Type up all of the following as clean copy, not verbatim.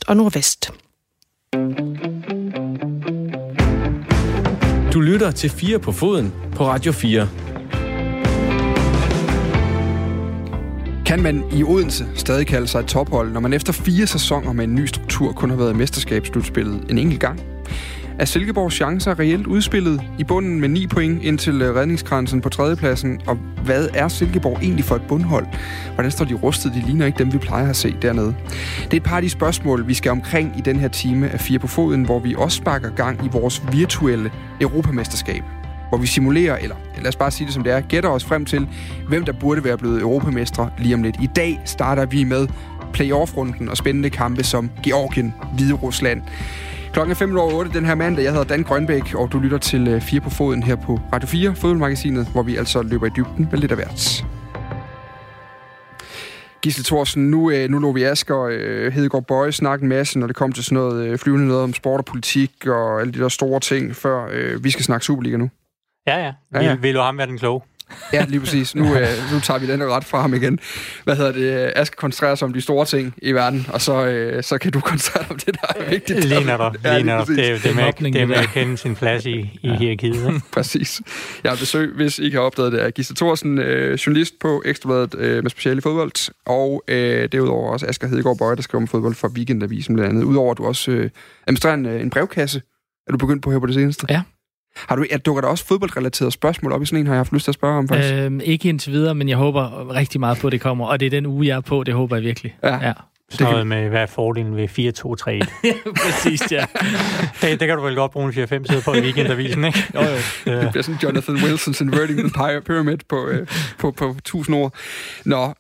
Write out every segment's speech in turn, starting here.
sydøst og nordvest. Du lytter til 4 på foden på Radio 4. Kan man i Odense stadig kalde sig et tophold, når man efter 4 sæsoner med en ny struktur kun har været i mesterskabsslutspillet en enkelt gang? Er Silkeborgs chancer reelt udspillet i bunden med 9 point ind til redningskransen på 3. pladsen? Og hvad er Silkeborg egentlig for et bundhold? Hvordan står de rustet? De ligner ikke dem, vi plejer at se dernede. Det er et par af de spørgsmål, vi skal omkring i den her time af 4 på foden, hvor vi også sparker gang i vores virtuelle europamesterskab. Hvor vi simulerer, eller lad os bare sige det som det er, gætter os frem til, hvem der burde være blevet europamestre lige om lidt. I dag starter vi med playoff-runden og spændende kampe som Georgien, Hviderusland. Klokken er 7:08 den her mandag. Jeg hedder Dan Grønbæk, og du lytter til 4 på foden her på Radio 4, fodboldmagasinet, hvor vi altså løber i dybden med lidt af hvert. Gisle Thorsen, nu lå vi Asger Hedegaard Bøje snakke en masse, når det kom til sådan noget flyvende noget om sport og politik og alle de der store ting, før vi skal snakke Superliga nu. Ja. Vil du ham være den kloge? Ja, lige præcis. Nu tager vi den ret fra ham igen. Asger koncentrerer sig om de store ting i verden, og så kan du koncentrere dig om det, der er vigtigt. Lige netop. Det med at kende sin plads i hierarkiet. Præcis. Jeg har besøg, hvis I kan have opdaget det, af Gisle Thorsen, journalist på Ekstra Bladet med speciale i fodbold, og derudover også Asger Hedegaard Bøje, der skriver om fodbold for Weekendavisen blandt andet. Udover at du også administrerer en brevkasse, er du begyndt på her på det seneste? Ja. Dukker der også fodboldrelaterede spørgsmål op i sådan en, har jeg haft lyst til at spørge om faktisk? Ikke indtil videre, men jeg håber rigtig meget på, at det kommer. Og det er den uge, jeg er på, det håber jeg virkelig. Ja. Sådan noget med, hvad er fordelen ved 4-2-3-1? Ja, præcis, ja. det kan du vel godt bruge en 4-5 sider på i Weekendavisen, ikke? Jo. Det bliver sådan Jonathan Wilson's Inverting the Pyramid på 1000 ord. Nå,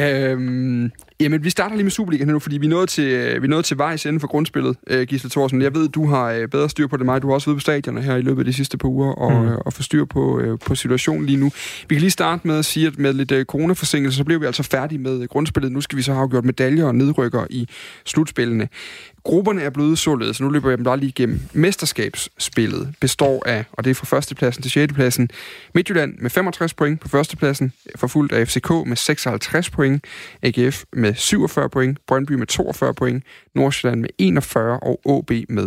jamen, vi starter lige med Superligaen nu, fordi vi er nået til vejs ende for grundspillet, Gisle Thorsen. Jeg ved, du har bedre styr på det end mig. Du har også været på stadioner her i løbet af de sidste par uger og få styr på situationen lige nu. Vi kan lige starte med at sige, at med lidt coronaforsinkelse, så blev vi altså færdige med grundspillet. Nu skal vi så have afgjort medaljer og nedrykker i slutspillene. Grupperne er blevet således, så nu løber jeg dem bare lige igennem. Mesterskabsspillet består af, og det er fra 1. pladsen til 6. pladsen, Midtjylland med 65 point på 1. pladsen, forfulgt af FCK med 56 point, AGF med 47 point, Brøndby med 42 point, Nordsjælland med 41 og OB med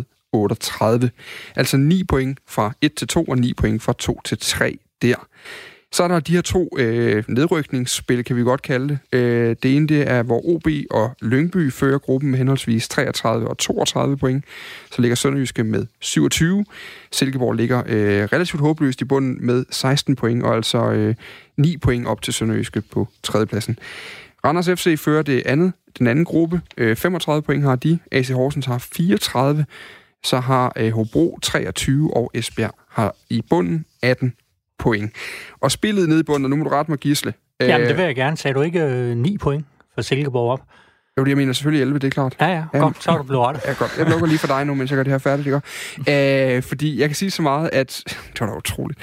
38. Altså 9 point fra 1 til 2 og 9 point fra 2 til 3 der. Så er der de her 2 nedrykningsspil, kan vi godt kalde det. Det ene det er, hvor OB og Lyngby fører gruppen med henholdsvis 33 og 32 point. Så ligger Sønderjyske med 27. Silkeborg ligger relativt håbløst i bunden med 16 point, og altså 9 point op til Sønderjyske på 3. pladsen. Randers FC fører den anden gruppe. 35 point har de. AC Horsens har 34. Så har Hobro 23, og Esbjerg har i bunden 18 point. Og spillet nede i bunden, og nu må du rette mig, Gisle. Jamen, det vil jeg gerne. Sagde du ikke 9 point for Silkeborg op? Jo, det jeg mener selvfølgelig 11, det er klart. Ja, godt. Så er du blevet ret. Ja, godt. Jeg lukker lige for dig nu, mens jeg gør det her færdigt, ikke? Fordi jeg kan sige så meget, at det var da utroligt.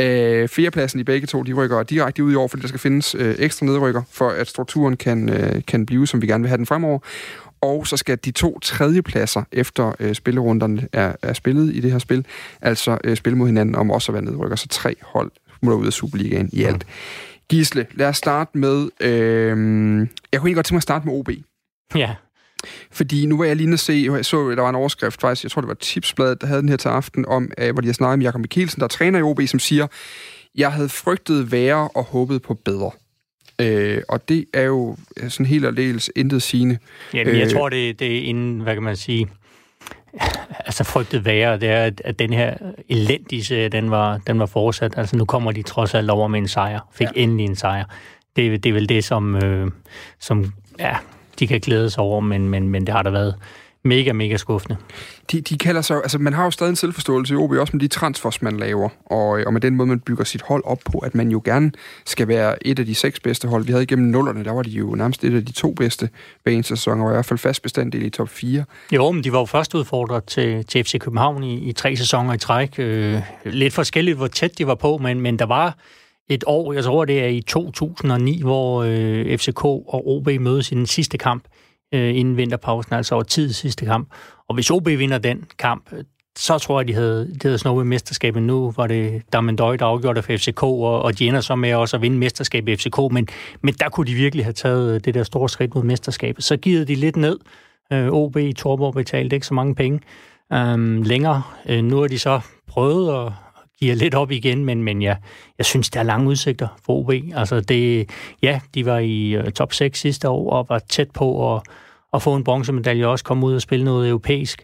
4. pladsen i begge to, de rykker direkte ud i år, fordi der skal findes ekstra nedrykker, for at strukturen kan blive, som vi gerne vil have den fremover. Og så skal de 2 3. pladser efter spillerunderne er spillet i det her spil, altså spille mod hinanden om også at være nedrykker. Så 3 hold må ud af Superligaen i alt. Gisle, lad os starte med... jeg kunne egentlig godt tænke mig at starte med OB. Ja. Fordi nu var jeg lige at så der var en overskrift faktisk, jeg tror det var Tipsbladet, der havde den her til aften, om, hvor de har snakket med Jakob Mikkelsen, der er træner i OB, som siger, jeg havde frygtet værre og håbet på bedre. Og det er jo sådan helt aldeles intet sigende. Ja, jeg tror, det er inden, hvad kan man sige, altså frygtet værre, det er, at den her elendige, den var fortsat. Altså nu kommer de trods alt over med en sejr. Fik endelig en sejr. Det er vel det, som de kan glæde sig over, men det har da været mega skuffende. De kalder sig, altså man har jo stadig en selvforståelse i OB, også med de transfers, man laver, og med den måde, man bygger sit hold op på, at man jo gerne skal være et af de 6 bedste hold. Vi havde igennem 0'erne, der var de jo nærmest et af de 2 bedste hver eneste sæson, og i hvert fald fast bestanddel i top 4. Jo, men de var jo først udfordret til FC København i 3 sæsoner i træk. Lidt forskelligt, hvor tæt de var på, men der var et år, jeg tror det er i 2009, hvor FCK og OB mødes i den sidste kamp inden vinterpausen, altså over tid sidste kamp. Og hvis OB vinder den kamp, så tror jeg, de havde snuppet mesterskabet. Nu var det Damendøj, der afgjorde det for FCK, og de ender så med også at vinde mesterskabet i FCK, men der kunne de virkelig have taget det der store skridt mod mesterskabet. Så givet de lidt ned, OB i Torborg betalte ikke så mange penge længere. Nu har de så prøvet at give lidt op igen, men jeg synes, der er lange udsigter for OB. Altså de var i top 6 sidste år og var tæt på at få en bronzemedalje og også komme ud og spille noget europæisk.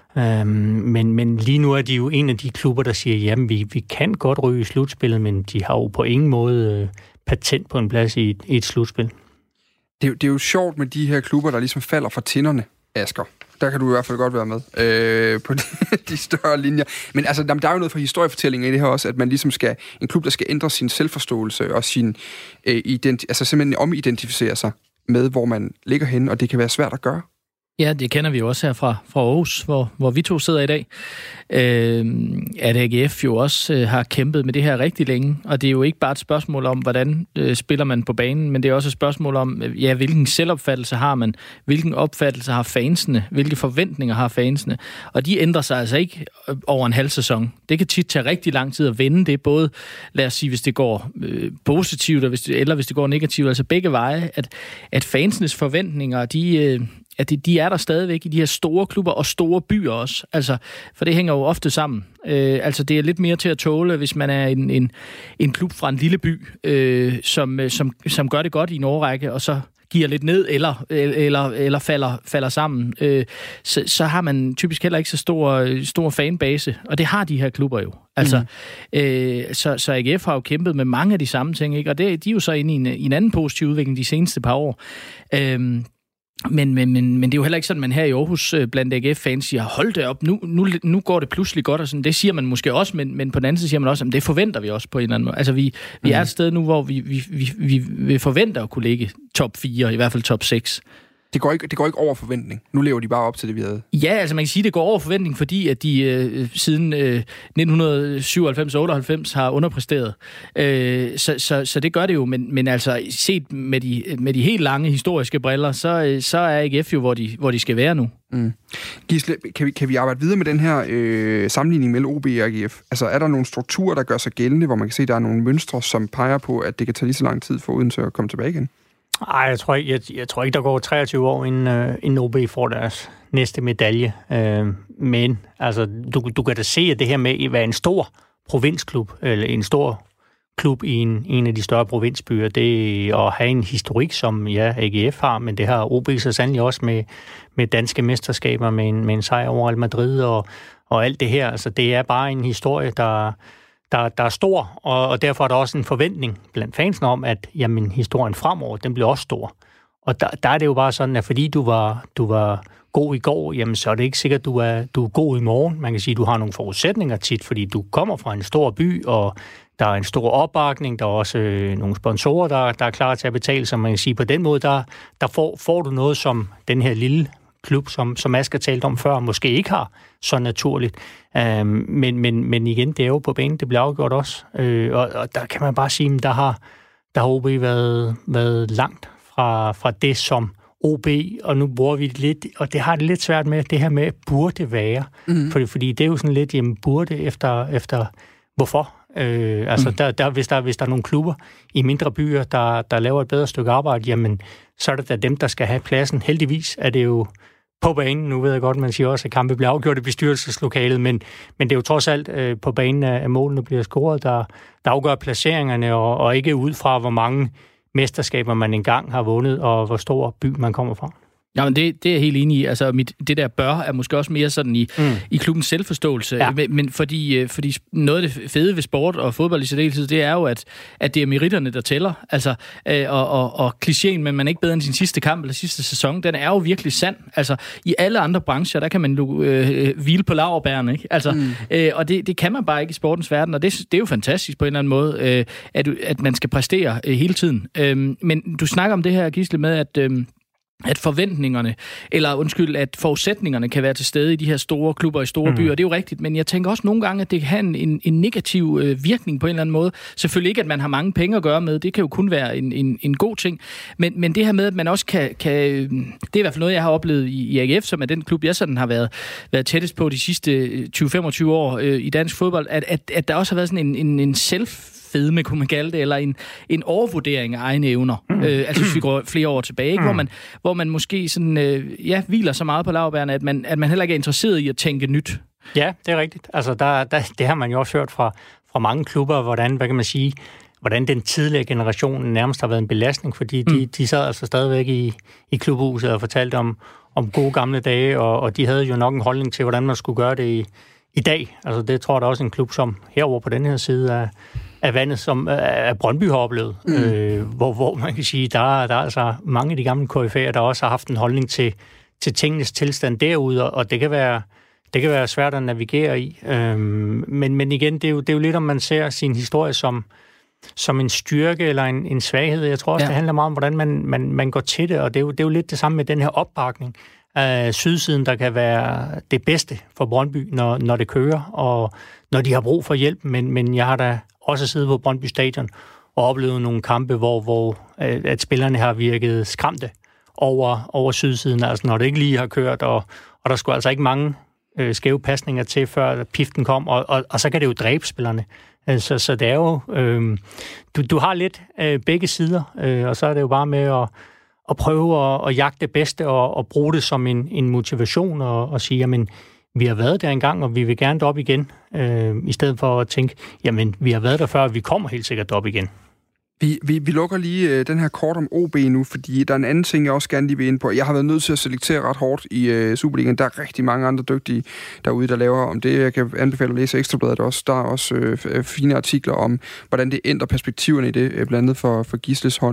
Men lige nu er de jo en af de klubber, der siger, jamen vi kan godt ryge i slutspillet, men de har jo på ingen måde patent på en plads i et slutspil. Det er jo sjovt med de her klubber, der ligesom falder fra tinderne, Asger. Der kan du i hvert fald godt være med på de større linjer. Men altså, der er jo noget fra historiefortællinger i det her også, at man ligesom en klub, der skal ændre sin selvforståelse og sin altså simpelthen omidentificere sig med, hvor man ligger henne, og det kan være svært at gøre. Ja, det kender vi jo også her fra Aarhus, hvor vi to sidder i dag, at AGF jo også har kæmpet med det her rigtig længe, og det er jo ikke bare et spørgsmål om, hvordan spiller man på banen, men det er også et spørgsmål om, ja, hvilken selvopfattelse har man, hvilken opfattelse har fansene, hvilke forventninger har fansene, og de ændrer sig altså ikke over en halv sæson. Det kan tit tage rigtig lang tid at vende det, både, lad os sige, hvis det går positivt, eller hvis det går negativt, altså begge veje, at fansenes forventninger, de er der stadigvæk i de her store klubber og store byer også. Altså, for det hænger jo ofte sammen. Altså, det er lidt mere til at tåle, hvis man er en klub fra en lille by, som gør det godt i en årrække, og så giver lidt ned, eller falder sammen. Så har man typisk heller ikke så stor fanbase, og det har de her klubber jo. Altså, så AGF har jo kæmpet med mange af de samme ting, ikke? Og de er jo så inde i en anden positiv udvikling de seneste par år. Men det er jo heller ikke sådan, man her i Aarhus blandt AGF-fans siger, hold det op, nu går det pludselig godt, og sådan. Det siger man måske også, men på den anden side siger man også, at det forventer vi også på en eller anden måde. Altså, vi er et sted nu, hvor vi forventer at kunne ligge top 4, i hvert fald top 6. Det går ikke over forventning. Nu lever de bare op til det, vi havde. Ja, altså man kan sige, at det går over forventning, fordi at de siden 1997-98 har underpræsteret. Så det gør det jo, men altså set med de helt lange historiske briller, så er AGF jo, hvor de skal være nu. Gisle, kan vi arbejde videre med den her sammenligning mellem OB og AGF? Altså er der nogle strukturer, der gør sig gældende, hvor man kan se, at der er nogle mønstre, som peger på, at det kan tage lige så lang tid for Odense at komme tilbage igen? Nej, jeg tror ikke, der går 23 år, inden OB får deres næste medalje. Men altså, du kan da se, at det her med at være en stor provinsklub, eller en stor klub i en af de større provinsbyer, det er at have en historik, som AGF har, men det har OB så sandelig også med danske mesterskaber, med en sejr over Real Madrid og alt det her. Altså, det er bare en historie, der er stor, og derfor er der også en forventning blandt fansene om, at jamen, historien fremover, den bliver også stor. Og der er det jo bare sådan, at fordi du var god i går, jamen, så er det ikke sikkert, at du er god i morgen. Man kan sige, at du har nogle forudsætninger tit, fordi du kommer fra en stor by, og der er en stor opbakning, der er også nogle sponsorer, der er klar til at betale, så man kan sige, på den måde, der får du noget, som den her lille klub, som Asger talte om før, måske ikke har så naturligt. Men igen, det er jo på banen, det bliver afgjort også. Og der kan man bare sige, at der har OB været langt fra det, som OB, og nu bruger vi det lidt, og det har det lidt svært med, det her med, burde være. Fordi det er jo sådan lidt, jamen, burde efter hvorfor? Hvis der er nogle klubber i mindre byer, der laver et bedre stykke arbejde, jamen, så er det da dem, der skal have pladsen. Heldigvis er det jo på banen. Nu ved jeg godt, man siger også, at kampe bliver afgjort i bestyrelseslokalet, men det er jo trods alt på banen, at målene bliver scoret, der afgør placeringerne, og ikke ud fra, hvor mange mesterskaber man engang har vundet, og hvor stor by man kommer fra. Ja, men det er jeg helt enig i. Altså, det der bør er måske også mere sådan i klubbens selvforståelse. Ja. Men fordi noget af det fede ved sport og fodbold i særdeleshed, det er jo, at det er meritterne, der tæller. Altså, og klichéen, men man er ikke bedre end sin sidste kamp eller sidste sæson, den er jo virkelig sand. Altså, i alle andre brancher, der kan man hvile på laurbærrene, ikke? Altså, og det kan man bare ikke i sportens verden, og det er jo fantastisk på en eller anden måde, at man skal præstere hele tiden. Men du snakker om det her, Gisle, med, at forventningerne, at forudsætningerne kan være til stede i de her store klubber i store byer. Det er jo rigtigt, men jeg tænker også nogle gange, at det kan have en negativ virkning på en eller anden måde. Selvfølgelig ikke, at man har mange penge at gøre med. Det kan jo kun være en god ting. Men det her med, at man også kan det er i hvert fald noget, jeg har oplevet i AGF, som er den klub, jeg sådan har været tættest på de sidste 20-25 år i dansk fodbold, at der også har været sådan en fedme, kunne man kalde det, eller en overvurdering af egne evner. Altså hvis vi går flere år tilbage, ikke? Hvor man måske sådan, hviler så meget på laurbærrene, at man heller ikke er interesseret i at tænke nyt. Ja, det er rigtigt. Altså, det har man jo også hørt fra mange klubber, hvordan den tidligere generation nærmest har været en belastning, fordi de sad altså stadigvæk i klubhuset og fortalte om gode gamle dage, og de havde jo nok en holdning til, hvordan man skulle gøre det i dag. Altså, det tror jeg da også en klub som herover på den her side af vandet, som af Brøndby har oplevet, hvor man kan sige, der er altså mange af de gamle KFA'er, der også har haft en holdning til tingenes tilstand derude, og det kan være svært at navigere i. Men igen, det er jo lidt, om man ser sin historie som en styrke eller en svaghed. Jeg tror også, det handler meget om, hvordan man går til det, og det er jo lidt det samme med den her opbakning af sydsiden, der kan være det bedste for Brøndby, når det kører, og når de har brug for hjælp. Men jeg har da også siddet på Brøndby Stadion og oplevet nogle kampe, hvor at spillerne har virket skræmte over sydsiden, altså når det ikke lige har kørt, og der skulle altså ikke mange skæve pasninger til, før piften kom, og så kan det jo dræbe spillerne. Så det er jo... Du har lidt begge sider, og så er det jo bare med at prøve at jagte det bedste og bruge det som en motivation og sige, jamen, vi har været der engang, og vi vil gerne op igen, i stedet for at tænke, jamen, vi har været der før, og vi kommer helt sikkert op igen. Vi lukker lige den her kort om OB nu, fordi der er en anden ting, jeg også gerne lige vil ind på. Jeg har været nødt til at selektere ret hårdt i Superligaen. Der er rigtig mange andre dygtige derude, der laver om det. Jeg kan anbefale at læse Ekstrabladet også. Der er også fine artikler om, hvordan det ændrer perspektiverne i det, blandt andet for Gisles hånd.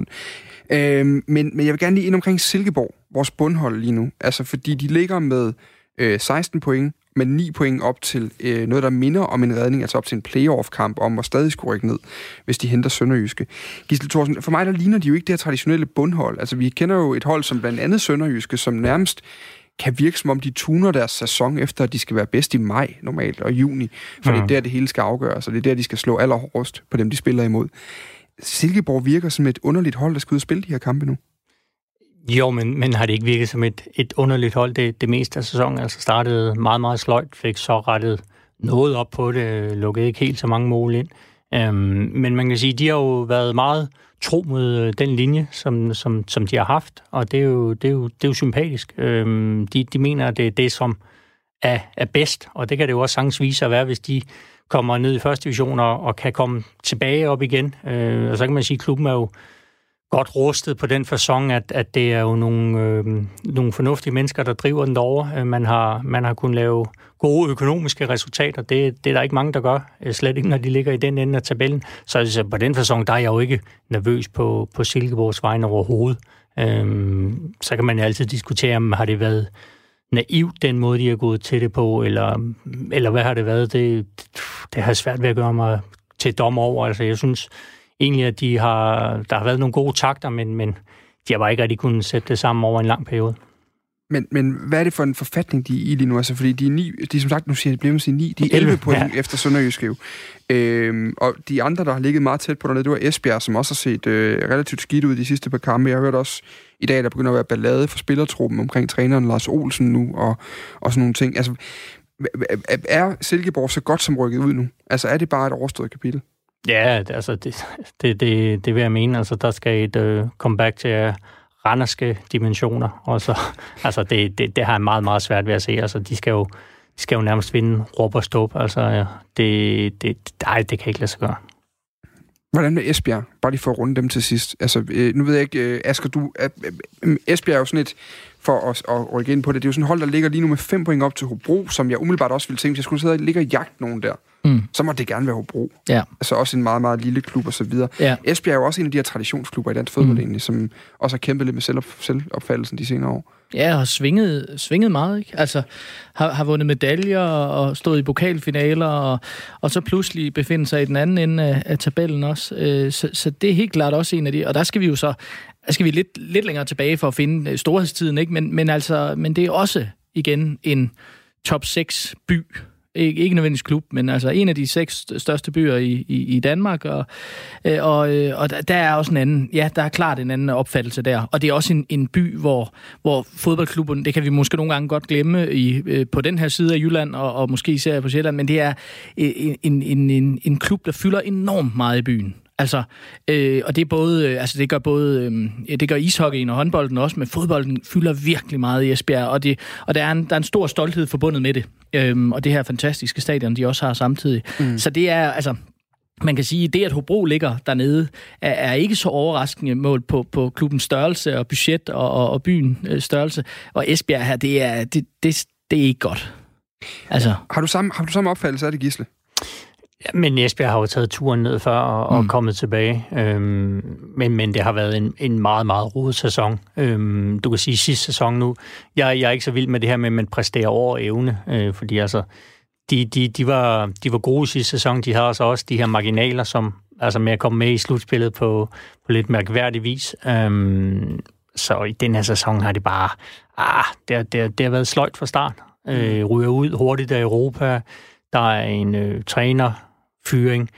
Men jeg vil gerne lige ind omkring Silkeborg, vores bundhold lige nu. Altså, fordi de ligger med 16 point, med 9 point op til noget, der minder om en redning, altså op til en playoff-kamp om at stadig skulle rykke ned, hvis de henter Sønderjyske. Gisle Thorsen, for mig der ligner de jo ikke det her traditionelle bundhold. Altså, vi kender jo et hold som blandt andet Sønderjyske, som nærmest kan virke som om de tuner deres sæson efter, at de skal være bedst i maj normalt og juni, for det er der, det hele skal afgøres, og det er der, de skal slå allerhårdest på dem, de spiller imod. Silkeborg virker som et underligt hold, der skal ud og spille de her kampe nu. Jo, men har det ikke virket som et underligt hold det meste af sæsonen? Altså startede meget, meget sløjt, fik så rettet noget op på det, lukkede ikke helt så mange mål ind. Men man kan sige, de har jo været meget tro mod den linje, som de har haft, og det er jo sympatisk. De mener, at det er det, som er bedst, og det kan det jo også sagtens vise at være, hvis de kommer ned i første division og kan komme tilbage op igen. Og så kan man sige, at klubben er jo godt rustet på den facon, at det er jo nogle fornuftige mennesker, der driver den derovre. Man har kunnet lave gode økonomiske resultater. Det er der ikke mange, der gør. Slet ikke, når de ligger i den ende af tabellen. Så på den facon, der er jeg jo ikke nervøs på Silkeborgs vegne overhovedet. Så kan man jo altid diskutere, om har det været naivt, den måde, de har gået til det på, eller hvad har det været? Det har svært ved at gøre mig til dommer over. Altså, jeg synes egentlig, at der har været nogle gode takter, men de har bare ikke rigtig kunnet sætte det sammen over en lang periode. Men hvad er det for en forfatning, de er i lige nu? Altså, fordi de er som sagt, nu siger jeg, bliver man sige 9, de er 11 point efter Sønderjyske. Og de andre, der har ligget meget tæt på dernede, det var Esbjerg, som også har set relativt skidt ud de sidste par kampe. Jeg har hørt også i dag, der begynder at være ballade for spillertruppen omkring træneren Lars Olsen nu, og sådan nogle ting. Altså, er Silkeborg så godt som rykket ud nu? Altså, er det bare et overstået kapitel? Ja, altså, det vil jeg mene. Altså, der skal et comeback til randerske dimensioner, og så, altså, det har jeg meget, meget svært ved at se. Altså, de skal jo nærmest vinde råb og stop. Altså, det kan ikke lade sig gøre. Hvordan med Esbjerg? Bare lige for at runde dem til sidst. Altså, nu ved jeg ikke, Asger, Esbjerg er jo sådan et, for at rykke ind på det, det er jo sådan et hold, der ligger lige nu med 5 point op til Hobro, som jeg umiddelbart også ville tænke, hvis jeg skulle sidde og ligge og jagte nogen der, så må det gerne være Hobro. Ja. Altså også en meget, meget lille klub og så videre. Ja. Esbjerg er jo også en af de her traditionsklubber i dansk fodbold egentlig, som også har kæmpet lidt med selvopfattelsen de senere år. Ja, og svinget meget, ikke? Altså, har vundet medaljer og stået i pokalfinaler, og så pludselig befinde sig i den anden ende af tabellen også. Så det er helt klart også en af de, og der skal vi jo så, lidt længere tilbage for at finde storhedstiden, ikke? Men det er også igen en top 6 by Ikke nødvendigvis klub, men altså en af de 6 største byer i Danmark, og der er også en anden, der er klart en anden opfattelse der. Og det er også en by, hvor fodboldklubben, det kan vi måske nogle gange godt glemme på den her side af Jylland, og måske især på Sjælland, men det er en klub, der fylder enormt meget i byen. Altså, og det er både, det gør ishockeyen og håndbolden også, men fodbolden fylder virkelig meget i Esbjerg, og der er en stor stolthed forbundet med det. Og det her fantastiske stadion, de også har samtidig. Så det er, altså, man kan sige, at det, at Hobro ligger dernede, er ikke så overraskende mål på klubbens størrelse og budget og byens størrelse. Og Esbjerg her, det er ikke godt. Altså. Har du samme opfattelse af det, Gisle? Ja, men Esbjerg har jo taget turen ned før og kommet tilbage. Men det har været en meget, meget rodet sæson. Du kan sige sidste sæson nu. Jeg er ikke så vild med det her med, at man præsterer over evne. Fordi altså, de var gode i sidste sæson. De havde også de her marginaler, som altså med at komme med i slutspillet på lidt mærkværdig vis. Så i den her sæson har det bare... Det har været sløjt fra start. Ryger ud hurtigt af Europa. Der er en trænerfyring.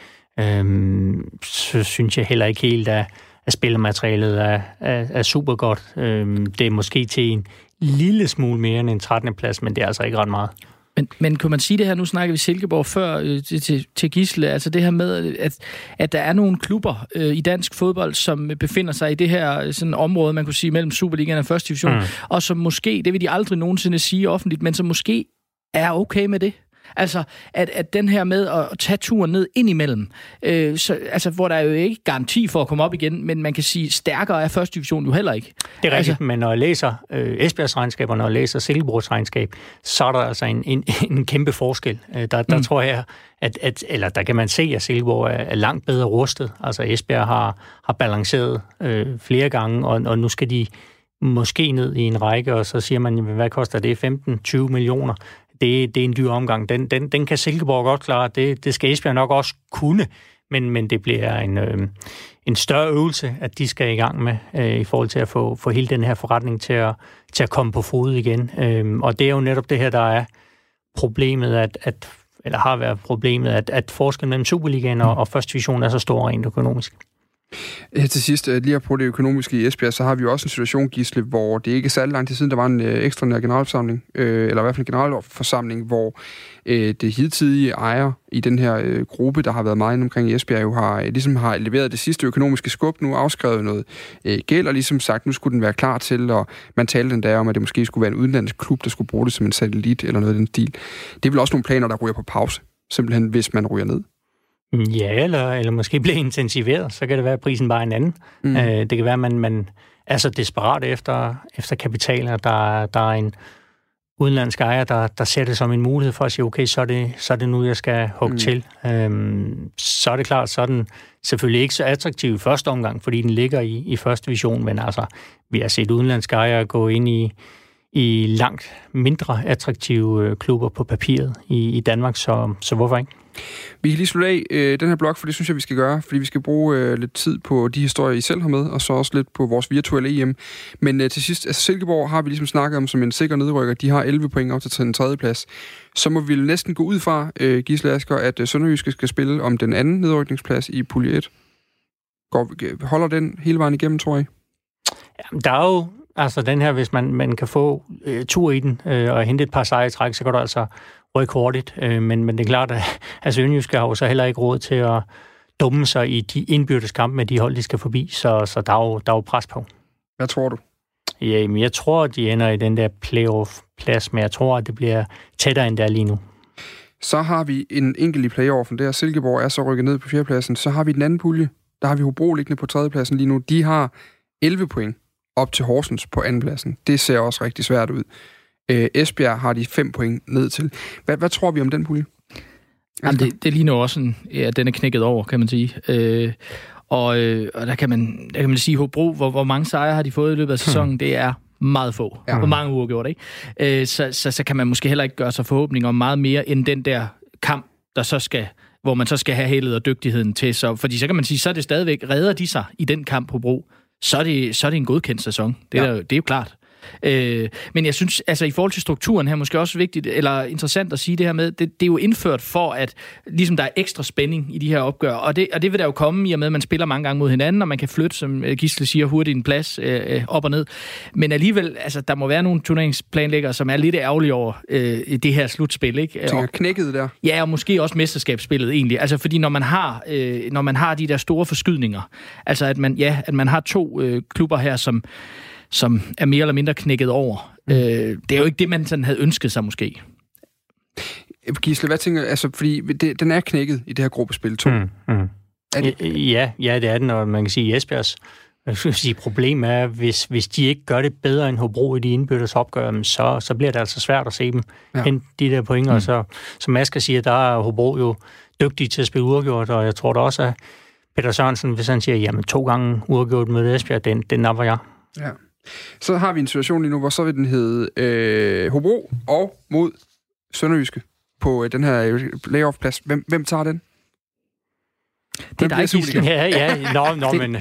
Så synes jeg heller ikke helt, at spillermaterialet er super godt. Det er måske til en lille smule mere end en 13. plads, men det er altså ikke ret meget. Men kunne man sige det her, nu snakker vi Silkeborg før til Gisle, altså det her med, at der er nogle klubber i dansk fodbold, som befinder sig i det her sådan område, man kunne sige, mellem Superligaen og første division, og som måske, det vil de aldrig nogensinde sige offentligt, men som måske er okay med det. Altså, at den her med at tage turen ned indimellem, hvor der er jo ikke garanti for at komme op igen, men man kan sige, stærkere er første division jo heller ikke. Det er rigtigt, men når jeg læser Esbjergs regnskab, og når jeg læser Silkeborgs regnskab, så er der altså en kæmpe forskel. Der tror jeg, eller der kan man se, at Silkeborg er langt bedre rustet. Altså, Esbjerg har balanceret flere gange, og nu skal de måske ned i en række, og så siger man, hvad koster det? 15-20 millioner. Det er en dyr omgang. Den kan Silkeborg godt klare. Det skal Esbjerg nok også kunne, men det bliver en større øvelse, at de skal i gang med i forhold til at få hele den her forretning til at komme på fod igen. Og det er jo netop det her, der er problemet, eller har været problemet, at forskellen mellem Superligaen og første division er så stor rent økonomisk. Her til sidst, lige på det økonomiske i Esbjerg, så har vi jo også en situation, Gisle, hvor det ikke er særlig lang tid siden, der var en ekstraordinær generalforsamling, eller i hvert fald en generalforsamling, hvor det hidtidige ejer i den her gruppe, der har været meget omkring i Esbjerg, jo har leveret det sidste økonomiske skub, nu afskrevet noget gæld, og ligesom sagt, nu skulle den være klar til, og man talte den der om, at det måske skulle være en udenlandsk klub, der skulle bruge det som en satellit, eller noget af den stil. Det er vel også nogle planer, der ryger på pause, simpelthen hvis man ryger ned. Ja, eller måske bliver intensiveret, så kan det være, at prisen bare er en anden. Det kan være, at man er så desperat efter kapital, og der er en udenlandsk ejer, der ser det som en mulighed for at sige, okay, så er det nu, jeg skal hugge til. Så er det klart, så er den selvfølgelig ikke så attraktiv i første omgang, fordi den ligger i første division, men altså, vi har set udenlandske ejere gå ind i langt mindre attraktive klubber på papiret i Danmark, så hvorfor ikke? Vi kan lige slutte af den her blog, for det synes jeg, vi skal gøre, fordi vi skal bruge lidt tid på de historier, I selv har med, og så også lidt på vores virtuelle EM. Men til sidst, altså Silkeborg har vi ligesom snakket om som en sikker nedrykker. De har 11 point op til den 3. plads. Så må vi næsten gå ud fra, Gisle Asger, at Sønderjyske skal spille om den anden nedrykningsplads i pulje 1. Holder den hele vejen igennem, tror jeg? Jamen, der er jo altså den her, hvis man kan få tur i den og hente et par sejre i træk, så kan du altså rykke hurtigt. Men det er klart, at Sønderjyske har jo så heller ikke råd til at dumme sig i de indbyrdes kampe med de hold, de skal forbi. Så der er jo pres på. Hvad tror du? Jamen, jeg tror, at de ender i den der playoff-plads, men jeg tror, at det bliver tættere end der lige nu. Så har vi en enkelt i playoffen der. Silkeborg er så rykket ned på 4. pladsen. Så har vi den anden pulje. Der har vi Hobro liggende på 3. pladsen lige nu. De har 11 point op til Horsens på 2. pladsen. Det ser også rigtig svært ud. Esbjerg har de 5 point ned til. Hvad tror vi om den pulje? Jamen, det ligner også den er knækket over, kan man sige. Og der kan man sige, Hobro, hvor mange sejre har de fået i løbet af sæsonen, det er meget få. Ja. Hvor mange uger gjort, ikke? Så kan man måske heller ikke gøre sig forhåbning om meget mere end den der kamp, der så skal, hvor man så skal have heldet og dygtigheden til. Fordi så kan man sige, så er det stadigvæk, redder de sig i den kamp, Hobro, så er det en godkendt sæson. Det er jo klart. Men jeg synes, altså i forhold til strukturen her, måske også vigtigt, eller interessant at sige det her med, det er jo indført for, at ligesom der er ekstra spænding i de her opgør, og det vil der jo komme i og med, at man spiller mange gange mod hinanden, og man kan flytte, som Gisle siger, hurtigt en plads op og ned. Men alligevel, altså der må være nogle turneringsplanlæggere, som er lidt ærgerlige over det her slutspil, ikke? Tænker knækket der. Ja, og måske også mesterskabsspillet egentlig. Altså fordi når man har de der store forskydninger, altså at man har 2 klubber her, som er mere eller mindre knækket over. Det er jo ikke det, man sådan havde ønsket sig måske. Gisle, hvad tænker altså, fordi den er knækket i det her gruppespil 2. Ja, det er den, og man kan sige, Esbjergs problem er, hvis de ikke gør det bedre end Hobro i de indbyrdes opgør, så bliver det altså svært at se dem hente de der point. Og så, som Asger siger, der er Hobro jo dygtige til at spille uafgjort, og jeg tror da også, at Peter Sørensen, hvis han siger, jamen 2 gange uafgjort med Esbjerg, den napper jeg. Ja. Så har vi en situation lige nu, hvor så vil den hedde Hobro og mod Sønderjyske på den her playoff-plads. Hvem tager den? Det er dig, Gisle. Ja, men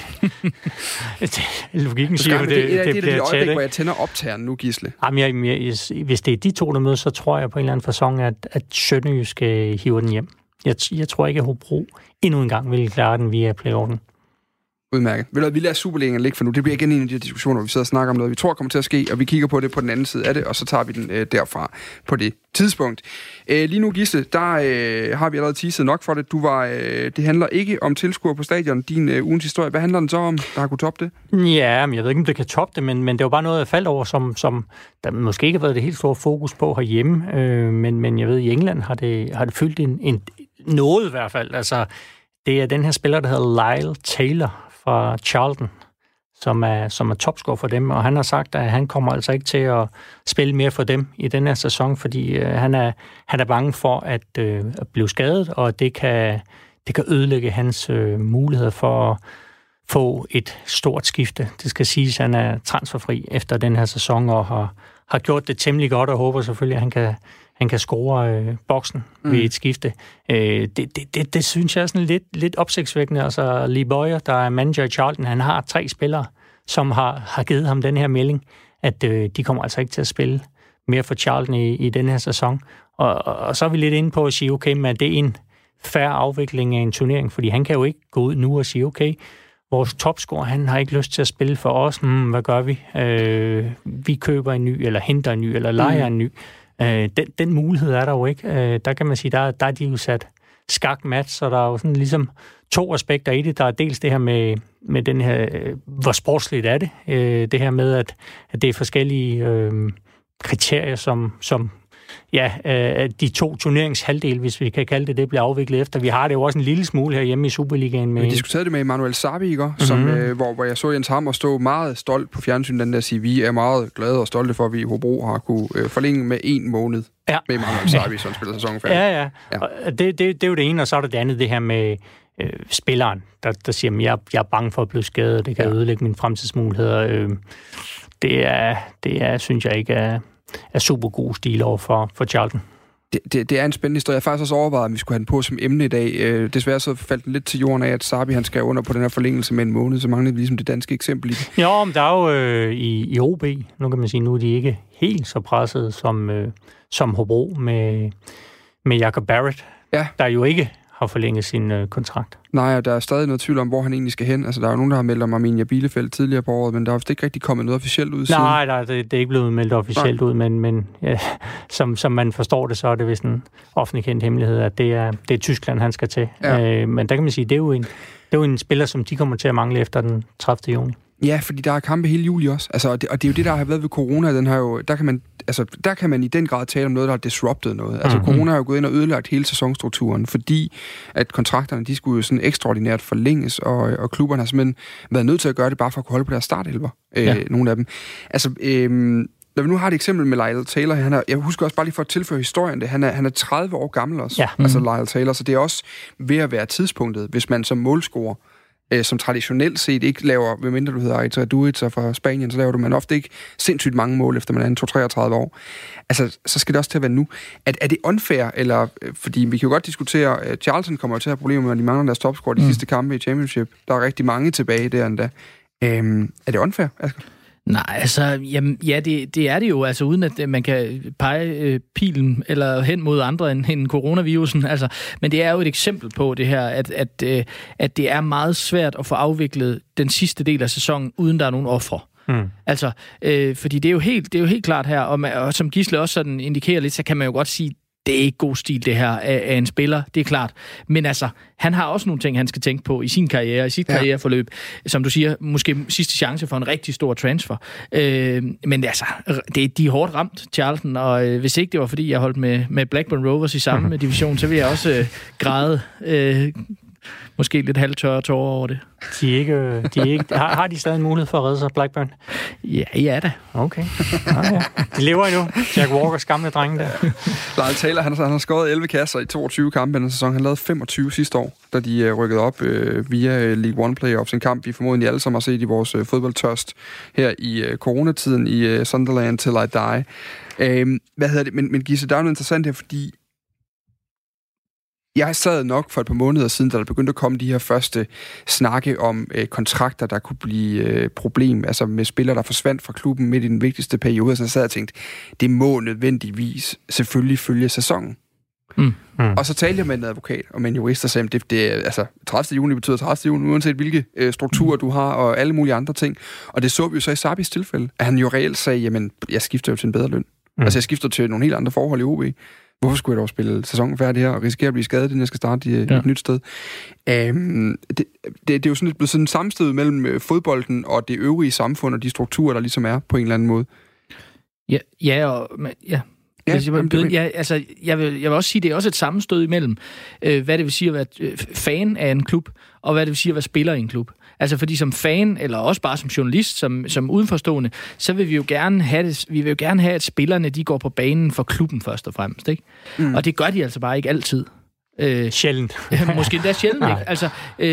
logikken siger jo, det bliver tæt, ikke? Hvor jeg tænder optageren nu, Gisle. Jamen, hvis det er de 2, der møder, så tror jeg på en eller anden facon, at Sønderjyske hiver den hjem. Jeg tror ikke, at Hobro endnu en gang vil klare den via playoffen. Udmærket. Vi lader Superligaen ligge for nu. Det bliver igen en af de her diskussioner, hvor vi sidder og snakker om noget, vi tror kommer til at ske, og vi kigger på det på den anden side af det, og så tager vi den derfra på det tidspunkt. Lige nu, Gisle, der har vi allerede teaset nok for det. Det handler ikke om tilskuere på stadion. Din ugens historie, hvad handler den så om, der har kunnet toppe det? Ja, men jeg ved ikke, om det kan toppe det, men det var bare noget, jeg faldt over, som der måske ikke har været det helt store fokus på herhjemme, men jeg ved, i England har det fyldt en noget i hvert fald. Altså, det er den her spiller, der hedder Lyle Taylor fra Charlton, som er topscorer for dem, og han har sagt, at han kommer altså ikke til at spille mere for dem i den her sæson, fordi han er bange for at blive skadet, og det kan ødelægge hans muligheder for at få et stort skifte. Det skal siges, at han er transferfri efter den her sæson, og har gjort det temmelig godt, og håber selvfølgelig, at han kan score boksen ved et skifte. Det synes jeg er sådan lidt opsigtsvækkende. Altså, Lee Boyer, der er manager i Charlton, han har 3 spillere, som har givet ham den her melding, at de kommer altså ikke til at spille mere for Charlton i den her sæson. Og så er vi lidt inde på at sige, okay, men det er en fair afvikling af en turnering, fordi han kan jo ikke gå ud nu og sige, okay, vores topscorer, han har ikke lyst til at spille for os. Hvad gør vi? Vi køber en ny, eller henter en ny, eller lejer en ny. Den mulighed er der jo ikke. Der kan man sige, der er de jo sat skakmat, så der er jo sådan ligesom 2 aspekter i det. Der er dels det her med den her, hvor sportsligt er det. Det her med, at det er forskellige kriterier, som de 2 turneringshalvdele, hvis vi kan kalde det, bliver afviklet efter. Vi har det jo også en lille smule her hjemme i Superligaen. Vi diskuterede det med Emanuel Sarbi, ikke? Som, hvor jeg så Jens Hammer stå meget stolt på fjernsynet, den der sige, vi er meget glade og stolte for, at vi i Hobro har kunne forlænge med 1 måned med Emanuel Sarbi, som spiller sæsonen færdig. Ja. Og det er jo det ene, og så er det andet, det her med spilleren, der siger, at jeg er bange for at blive skadet, og det kan ødelægge mine fremtidsmuligheder. Det er, synes jeg ikke er super god stil over for Charlton. Det er en spændende historie. Jeg har faktisk også overvejet, at vi skulle have den på som emne i dag. Desværre så faldt den lidt til jorden af, at Sarbi han skal under på den her forlængelse med 1 måned, så mangler vi ligesom det danske eksempel i det. Jo, men der er jo i OB, nu kan man sige, nu er de ikke helt så presset som Hobro med Jacob Barrett, der jo ikke har forlænget sin kontrakt. Nej, og der er stadig noget tvivl om, hvor han egentlig skal hen. Altså, der er jo nogen, der har meldt om Arminia Bielefeld tidligere på året, men der er ikke rigtig kommet noget officielt ud siden. Nej, det er ikke blevet meldt officielt ud, men ja, som man forstår det, så er det vist en offentlig kendt hemmelighed, at det er Tyskland, han skal til. Ja. Men der kan man sige, det er jo en spiller, som de kommer til at mangle efter den 30. juni. Ja, fordi der er kampe hele juli også. Altså, og det er jo det, der har været ved corona. Der kan man i den grad tale om noget, der har disruptet noget. Altså, corona har jo gået ind og ødelagt hele sæsonstrukturen, fordi at kontrakterne, de skulle jo sådan ekstraordinært forlænges, og klubberne har simpelthen været nødt til at gøre det, bare for at kunne holde på deres startelver. Nogle af dem. Altså, når vi nu har et eksempel med Lyle Taylor, jeg husker også bare lige for at tilføre historien det, han er 30 år gammel også, altså Lyle Taylor, så det er også ved at være tidspunktet, hvis man som målscorer, som traditionelt set ikke laver, medmindre du hedder Aita Duica fra Spanien, så laver man ofte ikke sindssygt mange mål, efter man er 2-33 år. Altså, så skal det også til at være nu. Er det unfair, eller, fordi vi kan jo godt diskutere, at Charlton kommer til at have problemer med, at de mangler deres topscore de sidste kampe i Championship. Der er rigtig mange tilbage der endda. Er det unfair, Asger? Nej, altså, jamen, ja, det er det jo, altså uden at man kan pege pilen eller hen mod andre end coronavirusen. Altså, men det er jo et eksempel på det her, at det er meget svært at få afviklet den sidste del af sæsonen, uden der er nogen ofre. Altså, fordi det er jo helt klart her, og som Gisle også sådan indikerer lidt, så kan man jo godt sige, det er ikke god stil, det her, af en spiller, det er klart. Men altså, han har også nogle ting, han skal tænke på i sin karriere, i sit karriereforløb. Som du siger, måske sidste chance for en rigtig stor transfer. Men altså, de er hårdt ramt, Charlton, og hvis ikke det var, fordi jeg holdt med Blackburn Rovers i samme division, så vil jeg også græde måske lidt halvtørre tårer over det. De er ikke, har de stadig en mulighed for at redde sig, Blackburn? Ja da. Okay. Ja. De lever endnu. Jack Walkers gamle drenge der. Lyle Taylor, han har skåret 11 kasser i 22 kampe i den sæson. Han lavede 25 sidste år, da de rykkede op via League One Playoffs. En kamp, vi formodentlig alle sammen har set i vores fodboldtørst her i coronatiden i Sunderland Till I Die. Men Gisle, der er noget interessant her, fordi jeg sad nok for et par måneder siden, da der begyndte at komme de her første snakke om kontrakter, der kunne blive problem, altså med spillere, der forsvandt fra klubben midt i den vigtigste periode, så jeg sad og tænkte, det må nødvendigvis selvfølgelig følge sæsonen. Og så talte jeg med en advokat og med en jurist, og sagde, det altså 30. juni betyder 30. juni, uanset hvilke strukturer du har, og alle mulige andre ting. Og det så vi jo så i Sabis tilfælde, at han jo reelt sagde, jamen, jeg skifter jo til en bedre løn. Altså, jeg skifter til nogle helt andre forhold i OB. Hvorfor skulle jeg dog spille sæsonen færdig her og risikere at blive skadet, inden jeg skal starte i et nyt sted? Det er jo sådan lidt blevet sådan en sammenstød mellem fodbolden og det øvrige samfund og de strukturer, der ligesom er på en eller anden måde. Jeg vil også sige, det er også et sammenstød imellem, hvad det vil sige at være fan af en klub, og hvad det vil sige at være spiller i en klub. Altså fordi som fan, eller også bare som journalist, som udenforstående, så vil vi jo gerne have, at spillerne de går på banen for klubben først og fremmest, ikke? Og det gør de altså bare ikke altid. Sjældent. Måske endda sjældent, ikke? Altså,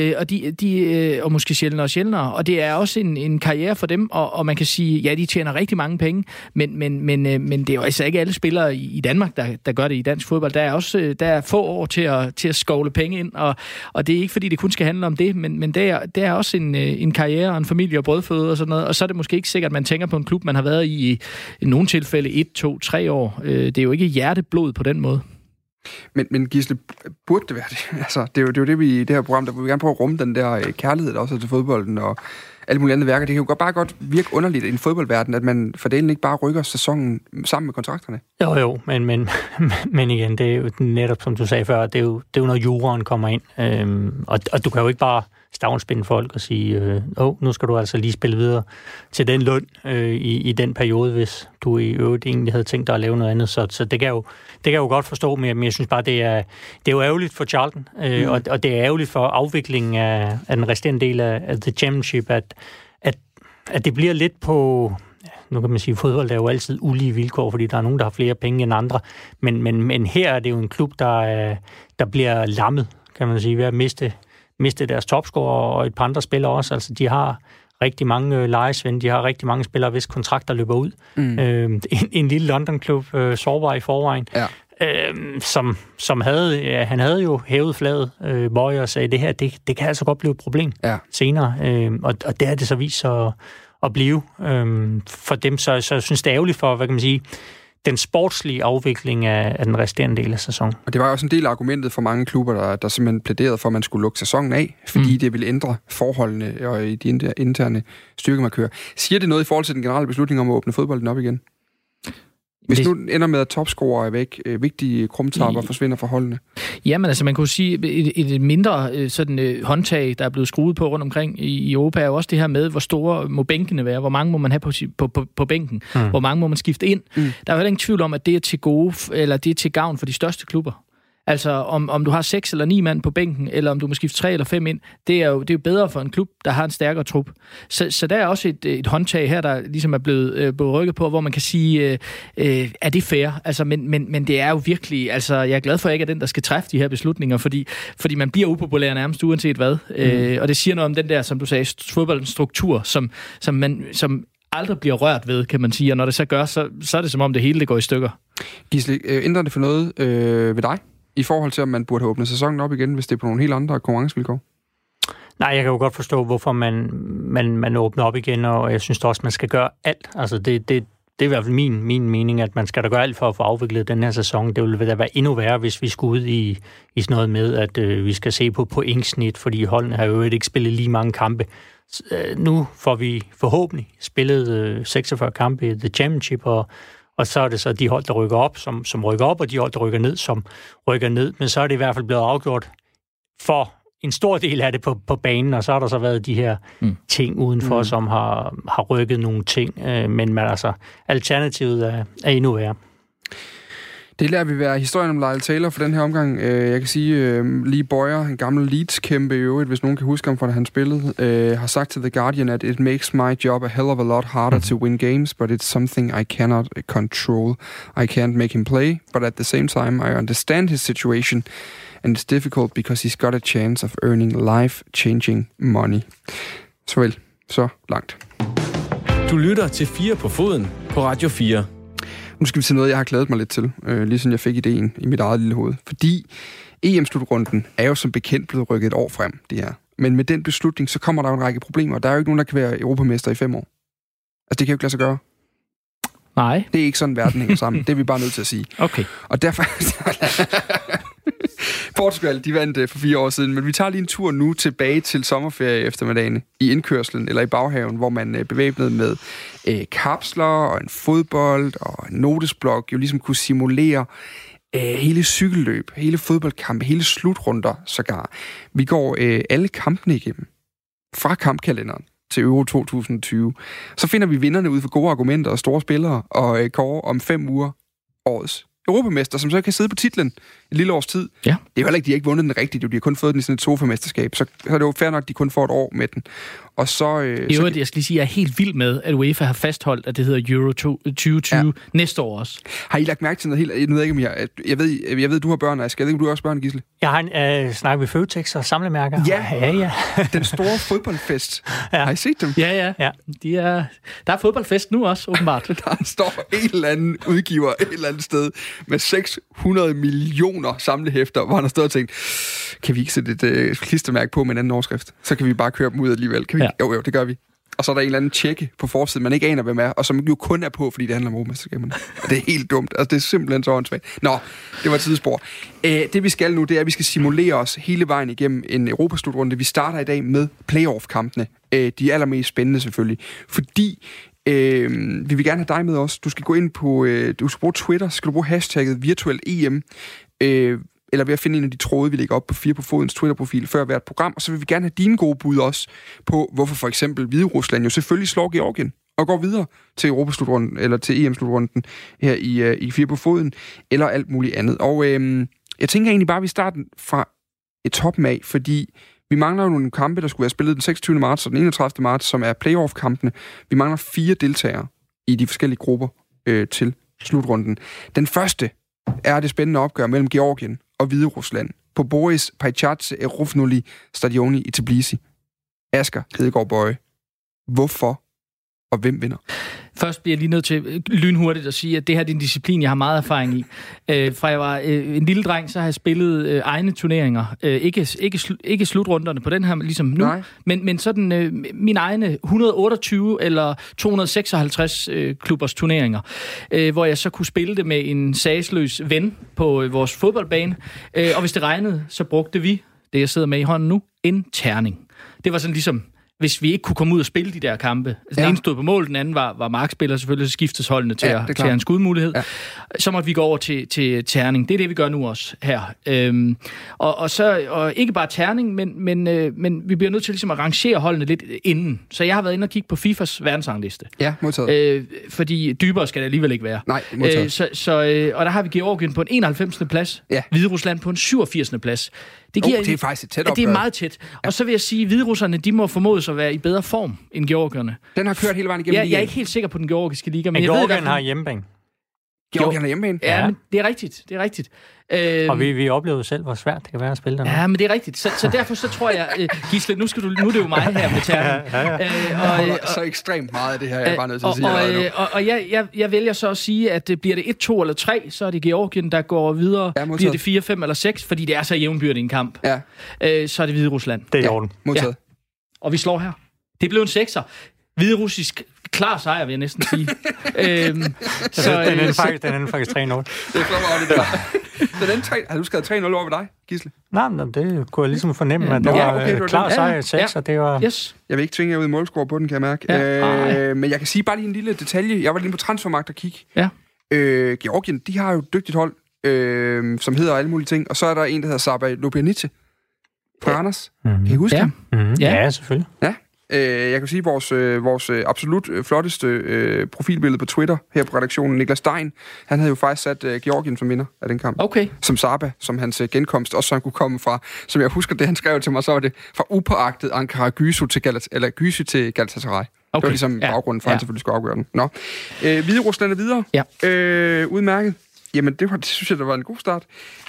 og måske sjældent og sjældnere. Og det er også en karriere for dem, og man kan sige, ja, de tjener rigtig mange penge, men det er jo altså ikke alle spillere i Danmark, der gør det i dansk fodbold. Der er få år til at skovle penge ind, og det er ikke, fordi det kun skal handle om det, men det er også en karriere, og en familie og brødføde og sådan noget, og så er det måske ikke sikkert, at man tænker på en klub, man har været i nogle tilfælde 1, 2, 3 år. Det er jo ikke hjerteblod på den måde. Men Gisle, burde det være det? Altså, det er jo det, vi i det her program, der vil vi gerne prøve at rumme den der kærlighed, der også er til fodbolden og alle mulige andre værker. Det kan jo bare godt virke underligt i en fodboldverden, at man for delen ikke bare rykker sæsonen sammen med kontrakterne. Jo, men igen, det er jo netop, som du sagde før, det er jo når juraen kommer ind. Og du kan jo ikke bare stavnspinde folk og sige, nu skal du altså lige spille videre til den løn i den periode, hvis du i øvrigt egentlig havde tænkt dig at lave noget andet. Så det kan jeg jo godt forstå, men jeg synes bare, det er jo ærgerligt for Charlton, og det er ærgerligt for afviklingen af den resterende del af The Championship, at det bliver lidt på... Nu kan man sige, at fodbold er jo altid ulige vilkår, fordi der er nogen, der har flere penge end andre. Men her er det jo en klub, der bliver lammet, kan man sige, ved at miste deres topscorer og et par andre spillere også. Altså, de har rigtig mange lejesvende, de har rigtig mange spillere, hvis kontrakter løber ud. En lille London-klub, sårbar i forvejen, som han havde jo hævet flaget, Bøje, og sagde, det her, det kan altså godt blive et problem senere. Og det har det så vist sig at blive for dem, så jeg synes, det er ærgerligt for, hvad kan man sige, den sportslige afvikling af den resterende del af sæsonen. Og det var også en del af argumentet for mange klubber, der simpelthen plæderede for, at man skulle lukke sæsonen af, fordi det ville ændre forholdene og i de interne styrkemarkører. Siger det noget i forhold til den generelle beslutning om at åbne fodbolden op igen? Hvis nu ender med, at topscorer er væk, vigtige krumtapper forsvinder fra holdene. Jamen altså, man kunne sige, et mindre håndtag, der er blevet skruet på rundt omkring i Europa, er jo også det her med, hvor store må bænkene være, hvor mange må man have på bænken, hvor mange må man skifte ind. Der er jo ingen tvivl om, at det er til gode, eller det er til gavn for de største klubber. Altså, om du har 6 eller 9 mand på bænken, eller om du må skifte 3 eller 5 ind, det er jo bedre for en klub, der har en stærkere trup. Så der er også et håndtag her, der ligesom er blevet rykket på, hvor man kan sige, er det fair? Altså, men det er jo virkelig, altså, jeg er glad for, at jeg ikke er den, der skal træffe de her beslutninger, fordi man bliver upopulær nærmest uanset hvad. Og det siger noget om den der, som du sagde, fodboldens struktur, som aldrig bliver rørt ved, kan man sige. Og når det så gør, så er det som om det hele det går i stykker. Gisle, ændrer det for noget ved dig? I forhold til, om man burde have åbnet sæsonen op igen, hvis det er på nogle helt andre konkurrencevilkår? Nej, jeg kan jo godt forstå, hvorfor man åbner op igen, og jeg synes også, man skal gøre alt. Altså, det er i hvert fald min mening, at man skal da gøre alt for at få afviklet den her sæson. Det ville da være endnu værre, hvis vi skulle ud i sådan noget med, at vi skal se på pointsnit, fordi holdene har jo ikke spillet lige mange kampe. Nu får vi forhåbentlig spillet 46 kampe i The Championship, og så er det så de hold, der rykker op, som rykker op, og de hold, der rykker ned, som rykker ned. Men så er det i hvert fald blevet afgjort for en stor del af det på banen, og så har der så været de her ting udenfor, som har rykket nogle ting. Men altså, alternativet er endnu værre. Det lader vi være historien om Lyle Taylor for den her omgang. Jeg kan sige, Lee Boyer, en gammel Leeds-kæmpe i øvrigt, hvis nogen kan huske ham fra, da han spillede, har sagt til The Guardian, at it makes my job a hell of a lot harder to win games, but it's something I cannot control. I can't make him play, but at the same time, I understand his situation, and it's difficult because he's got a chance of earning life-changing money. Så vel, så langt. Du lytter til 4 på foden på Radio 4. Nu skal vi til noget, jeg har glædet mig lidt til, lige siden jeg fik ideen i mit eget lille hoved. Fordi EM-slutrunden er jo som bekendt blevet rykket et år frem, det her. Men med den beslutning, så kommer der jo en række problemer. Der er jo ikke nogen, der kan være europamester i 5 år. Altså, det kan jo ikke lade sig gøre. Nej. Det er ikke sådan, verden hænger sammen. Det er vi bare nødt til at sige. Okay. Og derfor... Portugal, de vandt for 4 år siden, men vi tager lige en tur nu tilbage til sommerferie eftermiddagen i indkørslen eller i baghaven, hvor man bevæbnet med kapsler og en fodbold og en notesblok jo ligesom kunne simulere hele cykelløb, hele fodboldkamp, hele slutrunder sågar. Vi går alle kampene igennem fra kampkalenderen til Euro 2020. Så finder vi vinderne ud for gode argumenter og store spillere og kårer om 5 uger årets europamester, som så kan sidde på titlen et lille års tid. Ja. Det er jo heller ikke, de har ikke vundet den rigtigt. De har kun fået den i sådan et sofamesterskab. Så er det jo fair nok, at de kun får et år med den. Og så... jeg skal lige sige, at jeg er helt vild med, at UEFA har fastholdt, at det hedder Euro 2020 næste år også. Har I lagt mærke til noget helt... Nu ved jeg ikke, om jeg ved, du har børn, Aske. Jeg ved ikke, om du har også børn, Gisle? Jeg har snakket med Føtex og samlemærker. Ja. Den store fodboldfest. Ja. Har I set dem? Ja. Der er fodboldfest nu også, åbenbart. Der står en eller anden udgiver et eller andet sted med 600 millioner samlehæfter, hvor han har stået og tænkt, kan vi ikke sætte et klistermærke på med en anden overskrift? Så kan vi bare køre dem ud alligevel. Kan vi? Ja. Jo, det gør vi. Og så er der en eller anden tjekke på forsiden, man ikke aner, hvem er, og som jo kun er på, fordi det handler om europamesterskaberne. Og det er helt dumt. Altså, det er simpelthen så åndssvagt. Nå, det var et tidsspor. Det vi skal nu, det er, at vi skal simulere os hele vejen igennem en europaslutrunde. Vi starter i dag med playoff-kampene. De er allermest spændende selvfølgelig, fordi vi vil gerne have dig med os. Du skal gå ind på, du skal bruge Twitter, skal du bruge hashtagget virtuel EM, eller ved at finde en af de tråde, vi lægger op på 4 på fodens Twitter-profil før hvert program, og så vil vi gerne have dine gode bud også på, hvorfor for eksempel Hviderusland jo selvfølgelig slår Georgien og går videre til Europasslutrunden, eller til EM-slutrunden her i 4 på foden, eller alt muligt andet. Og jeg tænker egentlig bare, at vi starter fra et toppen af, fordi vi mangler jo nogle kampe, der skulle være spillet den 26. marts og den 31. marts, som er playoff-kampene. Vi mangler 4 deltagere i de forskellige grupper til slutrunden. Den første er det spændende opgør mellem Georgien og Hviderusland på Boris Paichatse Erufnoli Stadioni i Tbilisi. Asger Hedegaard Bøje. Hvorfor og hvem vinder? Først bliver jeg lige nødt til lynhurtigt at sige, at det her er en disciplin, jeg har meget erfaring i. Fra jeg var en lille dreng, så har jeg spillet egne turneringer. Ikke slutrunderne på den her, ligesom nu, men sådan mine egne 128 eller 256 klubbers turneringer, hvor jeg så kunne spille det med en sagsløs ven på vores fodboldbane. Og hvis det regnede, så brugte vi, det jeg sidder med i hånden nu, en terning. Det var sådan ligesom... Hvis vi ikke kunne komme ud og spille de der kampe. Den ene stod på mål, den anden var markspiller, selvfølgelig så skiftes holdene til at have en skudmulighed. Ja. Så måtte vi gå over til terning. Det er det, vi gør nu også her. Og ikke bare terning, men vi bliver nødt til ligesom at rangere holdene lidt inden. Så jeg har været inde og kigge på FIFAs verdensrangliste. Ja, modtaget. Fordi dybere skal det alligevel ikke være. Nej, modtaget. Og der har vi Georgien på en 91. plads, Hviderusland på en 87. plads. Det er faktisk et tæt opgør. Det er meget tæt. Ja. Og så vil jeg sige, at hviderusserne, de må formodes at være i bedre form end georgierne. Den har kørt hele vejen igennem ligaen. Jeg er ikke helt sikker på den georgiske liga, men Georgien har hjemmebane. Georgien har hjemmebane? Ja, men det er rigtigt. Og vi oplevede selv, hvor svært det kan være at spille der. Ja, men det er rigtigt. Så derfor så tror jeg, Gisle, nu er det jo mig her med terning. Så ekstremt meget af det her, jeg er bare nødt til at sige. Og jeg vælger så at sige, at bliver det 1, 2 eller 3, så er det Georgien, der går videre. Ja, bliver det 4, 5 eller 6, fordi det er så jævnbyrdigt en kamp. Ja. Så er det Hviderusland. Det er i orden. Modtaget. og vi slår her. Det blev en 6'er. Hviderussisk klar sejr, vil jeg næsten sige. Den er faktisk 3-0. Det er flot, det der. Så den 3, har du skrevet 3-0 over ved dig, Gisle? Nej, men det kunne jeg ligesom fornemme, at det var klar sejr 6, og det var... Yes. Jeg vil ikke tvinge jer ud i målscore på den, kan jeg mærke. Men jeg kan sige bare lige en lille detalje. Jeg var lige på Transfermarkt og kigge. Ja. Georgien, de har jo et dygtigt hold, som hedder alle mulige ting. Og så er der en, der hedder Saba Ljubianice fra Randers. Kan I huske ham? Ja, selvfølgelig. Ja. Jeg kan sige, vores absolut flotteste profilbillede på Twitter her på redaktionen, Niklas Stein, han havde jo faktisk sat Georgien som vinder af den kamp. Okay. Som Saba, som hans genkomst, også så han kunne komme fra, som jeg husker det, han skrev til mig, så var det fra upåagtet Ankara Gysi til Galatasaray. Okay. Det var ligesom baggrunden for, at han selvfølgelig skulle afgøre den. Nå. Hvide Rusland er videre. Ja. Udmærket. Jamen, det synes jeg, der var en god start.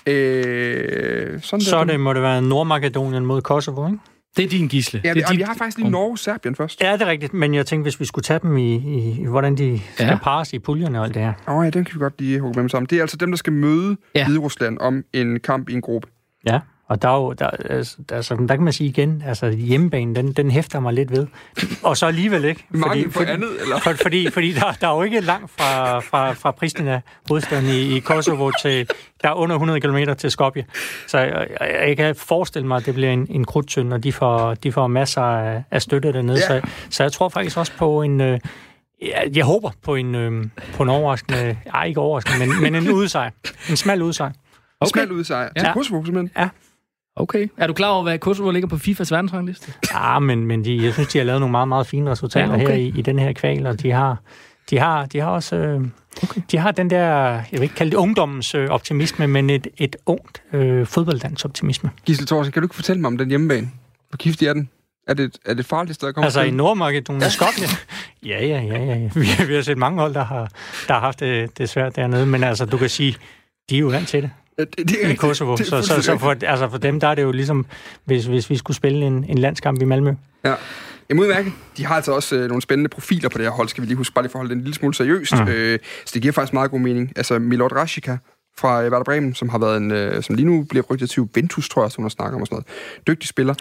Så må det være Nordmakedonien mod Kosovo, ikke? Det er din, Gisle. Ja, vi har faktisk lige Norge-Serbien først. Ja, det er rigtigt, men jeg tænkte, hvis vi skulle tage dem i hvordan de skal parres i puljerne og alt det her. Ja, den kan vi godt lige hugge med dem sammen. Det er altså dem, der skal møde Hvide Rusland om en kamp i en gruppe. Ja, og der kan man sige igen, altså hjemmebanen, den hæfter mig lidt ved. Og så alligevel ikke. Fordi der er jo ikke langt fra Pristina, hovedstaden i Kosovo, til der er under 100 km til Skopje. Så jeg kan forestille mig, at det bliver en krudtønd, og de får masser af støtte dernede. Ja. Så jeg tror faktisk også på en... Jeg håber på en overraskende... ikke overraskende, men en udesejr. En smal udesejr. Okay. Smal udesejr til Kosovo, simpelthen? Ja. Okay. Er du klar over, hvad Kosovo ligger på FIFAs verdensrangliste? Ja, men jeg synes, de har lavet nogle meget, meget fine resultater her i den her kval, og de har også... De har den der, jeg vil ikke kalde det ungdommens optimisme, men et ungt fodboldlands optimisme. Gisle Thorsen, kan du ikke fortælle mig om den hjemmebane? Hvor giftig er den? Er det farligt sted at komme altså i Nordmakedonien, Skopje? Ja. Vi har set mange hold, der har haft det svært dernede, men altså, du kan sige, de er jo vant til det. I Kosovo. Så for dem, der er det jo ligesom, hvis vi skulle spille en landskamp i Malmø. Ja. Jeg udmærket. De har altså også nogle spændende profiler på det her hold, skal vi lige huske, bare lige forholde det en lille smule seriøst. Så det giver faktisk meget god mening. Altså Milot Rashica fra Werder Bremen, som har været som lige nu bliver rygtet til Juventus, tror jeg, som der snakker om og sådan noget. Dygtig spiller.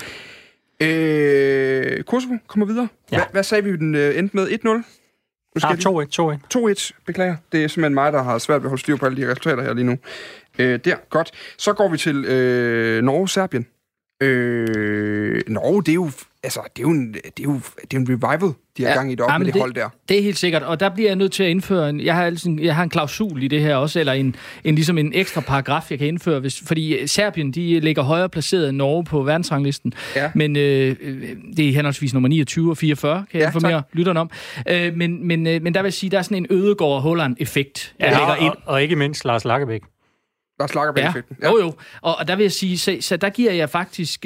Kosovo kommer videre. Ja. Hvad sagde vi, den endte med? 1-0? 2-1. Beklager. Det er simpelthen mig, der har svært ved at holde styr på alle de resultater her lige nu. Godt. Så går vi til Norge-Serbien. Norge, det er jo en revival, de har gang i det op med det hold der. Det er helt sikkert, og der bliver jeg nødt til at indføre jeg har en klausul i det her også, eller ligesom en ekstra paragraf, jeg kan indføre, fordi Serbien, de ligger højere placeret end Norge på verdensranglisten, men det er henholdsvis nummer 29 og 44, kan jeg informere lytterne om. Men der vil jeg sige, der er sådan en Ødegaard-Haaland-effekt. Og ikke mindst Lars Lagerbäck. Lars Lagerbäck-effekten. Ja. Jo. Og der vil jeg sige, så der giver jeg faktisk...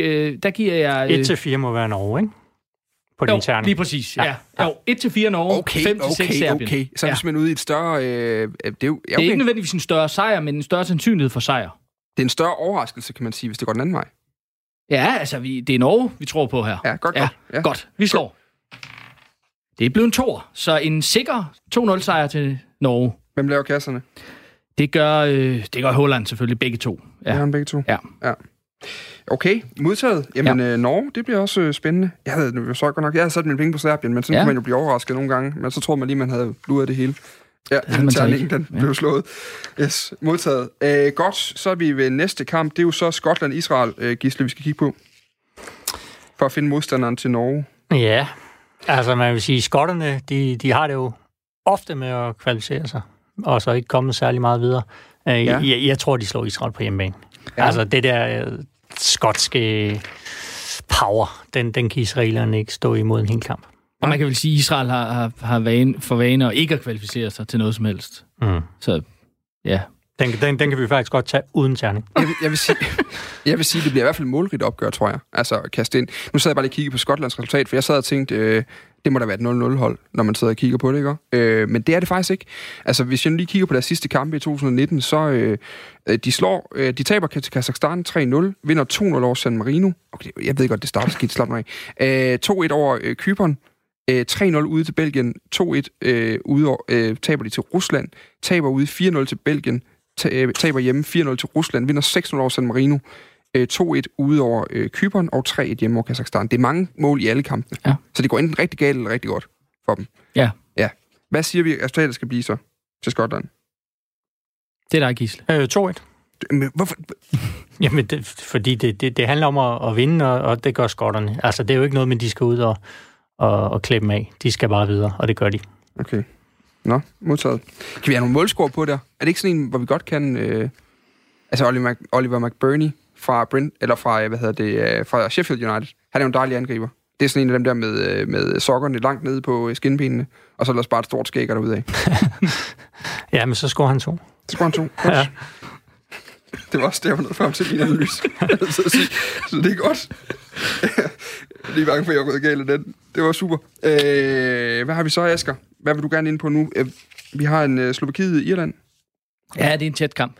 1-4 må være Norge, ikke? På din terning. Lige præcis, ja. Jo, 1-4 Norge, 5-6 Serbien. Okay. Så er vi simpelthen ude i et større... Det er ikke nødvendigvis en større sejr, men en større sandsynlighed for sejr. Det er en større overraskelse, kan man sige, hvis det går den anden vej. Ja, altså, det er Norge, vi tror på her. Ja, godt. Ja. Godt, vi slår. Det er blevet en 2'er, så en sikker 2-0-sejr til Norge. Hvem laver kasserne? Det gør Haaland selvfølgelig, begge to. Ja, begge to? Ja. Okay, modtaget. Jamen, Norge, det bliver også spændende. Jeg havde sat mine penge på Serbien, men sådan kunne man jo blive overrasket nogle gange. Men så troede man lige, man havde luret det hele. Ja, den blev slået. Yes, modtaget. Godt, så er vi ved næste kamp. Det er jo så Skotland-Israel, Gisle, vi skal kigge på. For at finde modstanderen til Norge. Ja, altså man vil sige, skotterne, de har det jo ofte med at kvalificere sig. Og så ikke kommet særlig meget videre. Jeg tror, de slår Israel på hjemmebane. Ja. Altså, det der skotske power, den kan israelerne ikke stå imod en hel kamp. Og man kan vel sige, at Israel har for vane at ikke at kvalificere sig til noget som helst. Så, ja. Den kan vi faktisk godt tage uden terning. Jeg vil sige, det bliver i hvert fald målrigt opgør, tror jeg. Altså, kaste ind. Nu sad jeg bare lige og kiggede på Skotlands resultat, for jeg sad og tænkte, det må da være et 0-0-hold, når man sidder og kigger på det, ikke? Men det er det faktisk ikke. Altså, hvis jeg lige kigger på deres sidste kampe i 2019, så de taber til Kazakhstan 3-0, vinder 2-0 over San Marino. Okay, jeg ved godt, det starter skidt, slap mig af. 2-1 over Cypern. 3-0 ude til Belgien. 2-1 taber de til Rusland. Taber ude 4-0 til Belgien. Taber hjemme 4-0 til Rusland, vinder 6-0 over San Marino, 2-1 ude over Cypern og 3-1 hjemme over Kazakhstan. Det er mange mål i alle kampene. Ja. Så det går enten rigtig galt eller rigtig godt for dem. Ja. Hvad siger vi, at resultatet skal blive så til Skotland? Det er dig, Gisle. 2-1. Men hvorfor? Jamen, fordi det handler om at vinde, og det gør skotterne. Altså, det er jo ikke noget med, de skal ud og klippe dem af. De skal bare videre, og det gør de. Okay. Nå, modtaget. Kan vi have nogle målscore på der? Er det ikke sådan en, hvor vi godt kan... Altså Oliver McBurney fra Sheffield United. Han er jo en dejlig angriber. Det er sådan en af dem der med sokkerne langt nede på skinbenene, og så ellers bare et stort skægger derudad. Ja, men så scorer han 2. Så scorer han 2. Ja. Det var også der, jeg var nået frem til min analyse. Så det er godt. Lige bange for, at jeg er gået galt af den. Det var super. Hvad har vi så, Asger? Hvad vil du gerne ind på nu? Vi har en Slovakiet-Irland. Ja, det er en tæt kamp.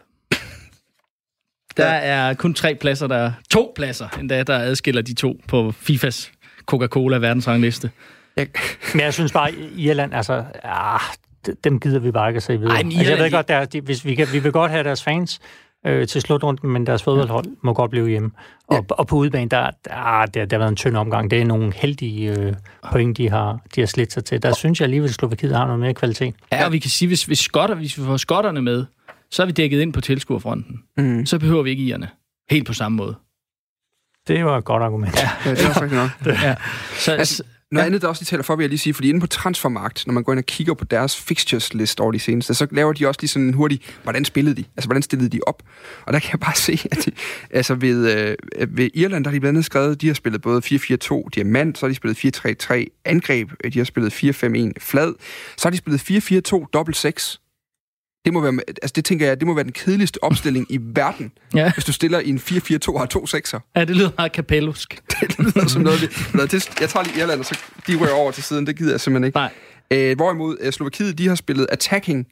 Der er kun 3 pladser, 2 pladser endda, der adskiller de to på FIFAs Coca-Cola verdensrangliste. Men jeg synes bare, Irland, altså, dem gider vi bare ikke at se videre. Ej, altså, jeg ved godt, vi vil godt have deres fans til slutrunden, men deres fodboldhold må godt blive hjemme. Og på udebane, der har været en tynd omgang. Det er nogle heldige point, de har slidt sig til. Der synes jeg alligevel, at Slovakiet har noget mere kvalitet. Ja, og vi kan sige, hvis vi får skotterne med, så er vi dækket ind på tilskuerfronten. Mm. Så behøver vi ikke irerne. Helt på samme måde. Det var et godt argument. Ja, det var faktisk nok. Ja. Så, noget andet, der også lige taler for, vil jeg lige sige, fordi inde på Transfermarkt, når man går ind og kigger på deres fixtures-list over de seneste, så laver de også lige sådan en hurtig, hvordan spillede de? Altså, hvordan stillede de op? Og der kan jeg bare se, at ved Irland, der har de blandt andet skrevet, de har spillet både 4-4-2 diamant, så har de spillet 4-3-3 angreb, de har spillet 4-5-1 flad, så har de spillet 4-4-2 dobbelt 6. Det må være, altså det tænker jeg, det må være den kedeligste opstilling i verden, hvis du stiller i en 4-4-2 og har 2 sekser. Ja, det lyder meget kapellusk. Det lyder som noget. Jeg tager lige Irland, og så de rører over til siden. Det gider jeg simpelthen ikke. Nej. Hvorimod Slovakiet, de har spillet attacking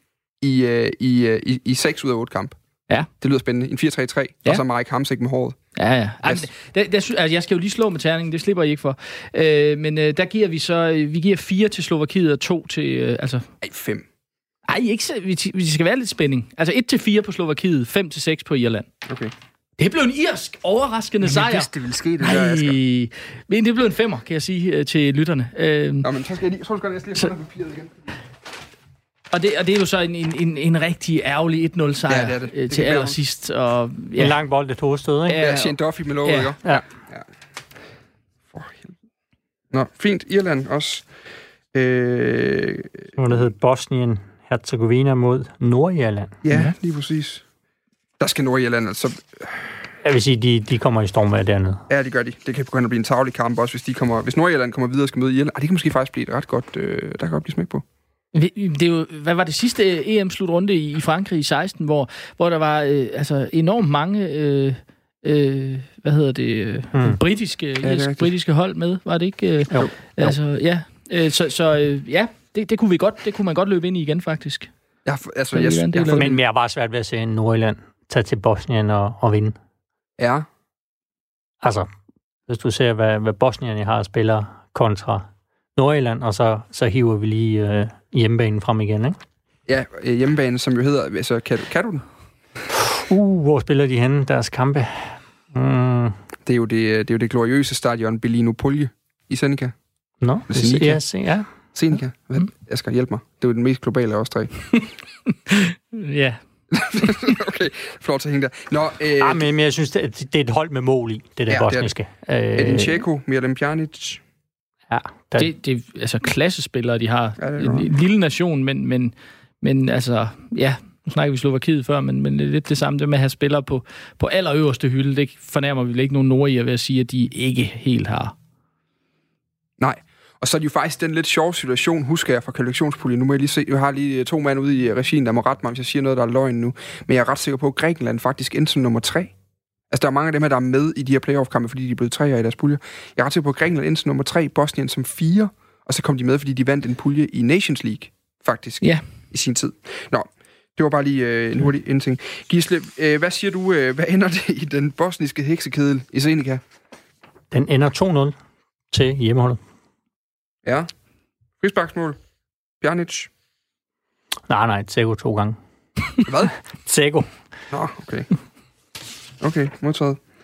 i 6 ud af 8 kamp. Ja. Det lyder spændende. En 4-3-3, og så Marek Hamsik med håret. Ja. Jeg skal jo lige slå med terningen, det slipper I ikke for. Men der giver vi giver 4 til Slovakiet og 2 til... 5. Ej, ikke så, vi skal være lidt spænding. Altså 1-4 på Slovakiet, 5-6 på Irland. Okay. Det blev en irsk overraskende sejr. Jeg vidste, det ville ske, det der, Asger. Men det blev en 5'er, kan jeg sige til lytterne. Nå, men så skal jeg lige... Så skal jeg lige have fundet papiret igen. Og det er jo så en rigtig ærgerlig 1-0 sejr det til allersidst. Og, en lang bold, et hovedstød, ikke? Ja, Shane Duffy med lovet, ikke? Ja. For helvede. Nå, fint. Irland også. Det hedder Bosnien Herzegovina mod Nordirland. Ja, lige præcis. Der skal Nordirland, altså... Jeg vil sige, de kommer i stormvejr dernede. Ja, det gør de. Det kan begynde at blive en tarvelig kamp også, hvis Nordirland kommer videre og skal møde Irland. Det kan måske faktisk blive et ret godt... Der kan godt blive smæk på. Det er jo, hvad var det sidste EM-slutrunde i Frankrig i 16, hvor der var enormt mange... britiske hold med, var det ikke? Jo. Altså, ja. Det kunne man godt løbe ind i igen, faktisk. Men jeg er bare svært ved at se en Nordirland tage til Bosnien og vinde. Ja. Altså, hvis du ser, hvad Bosnien har at spille kontra Nordirland, og så hiver vi lige hjemmebanen frem igen, ikke? Ja, hjemmebanen, som jo hedder... Altså, kan du den? Hvor spiller de henne, deres kampe? Det er jo det gloriøse stadion Belino Pulje i Senica. Nå, ja. Senica. Asger, hjælp mig. Det er jo den mest globale af os 3. Ja. Okay, flot til at hænge der. Nå, men jeg synes, det er et hold med mål i, det der bosniske. Edin Dzeko, Miralem Pjanic. Ja. Det er altså klassespillere, de har. Ja, en lille nation, men altså, ja, nu snakker vi Slovakiet før, men lidt det samme, det med at have spillere på allerøverste hylde, det fornærmer vi ikke nogen nordier ved at sige, at de ikke helt har. Nej. Og så er det jo faktisk den lidt sjove situation, husker jeg fra kvalifiktionspuljen. Nu må jeg lige se, jeg har lige 2 mand ude i regien, der må rette mig, hvis jeg siger noget, der er løgn nu. Men jeg er ret sikker på, at Grækenland faktisk endte som nummer 3. Altså, der er mange af dem her, der er med i de her playoff-kampe, fordi de er blevet 3'er i deres puljer. Jeg er ret sikker på, at Grækenland endte som nummer 3, Bosnien som 4, og så kom de med, fordi de vandt en pulje i Nations League, faktisk, i sin tid. Nå, det var bare lige en hurtig indting. Gisle, hvad siger du, hvad ender det i den bosniske heksekedel i Senica? Den ender 2-0 til hjemmeholdet. Ja. Frisparksmål. Pjanic. Nej, Dzeko 2 gange. Hvad? Dzeko. Nå, okay. Okay, modtaget.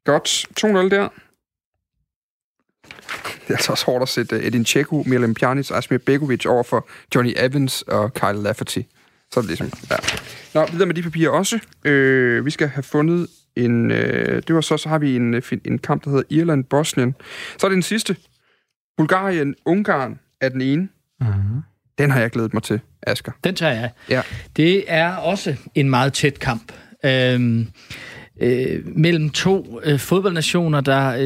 Godt. 2-0 der. Det er altså også hårdt at sætte Edin Dzeko, Milan Pjanic og Asmir Begovic over for Johnny Evans og Kyle Lafferty. Så er det ligesom, ja. Nå, videre med de papirer også. Vi skal have fundet en... det var så har vi en kamp, der hedder Irland-Bosnien. Så er det den sidste. Bulgarien-Ungarn er den ene. Mm-hmm. Den har jeg glædet mig til, Asger. Den tager jeg. Ja. Det er også en meget tæt kamp. Mellem to fodboldnationer,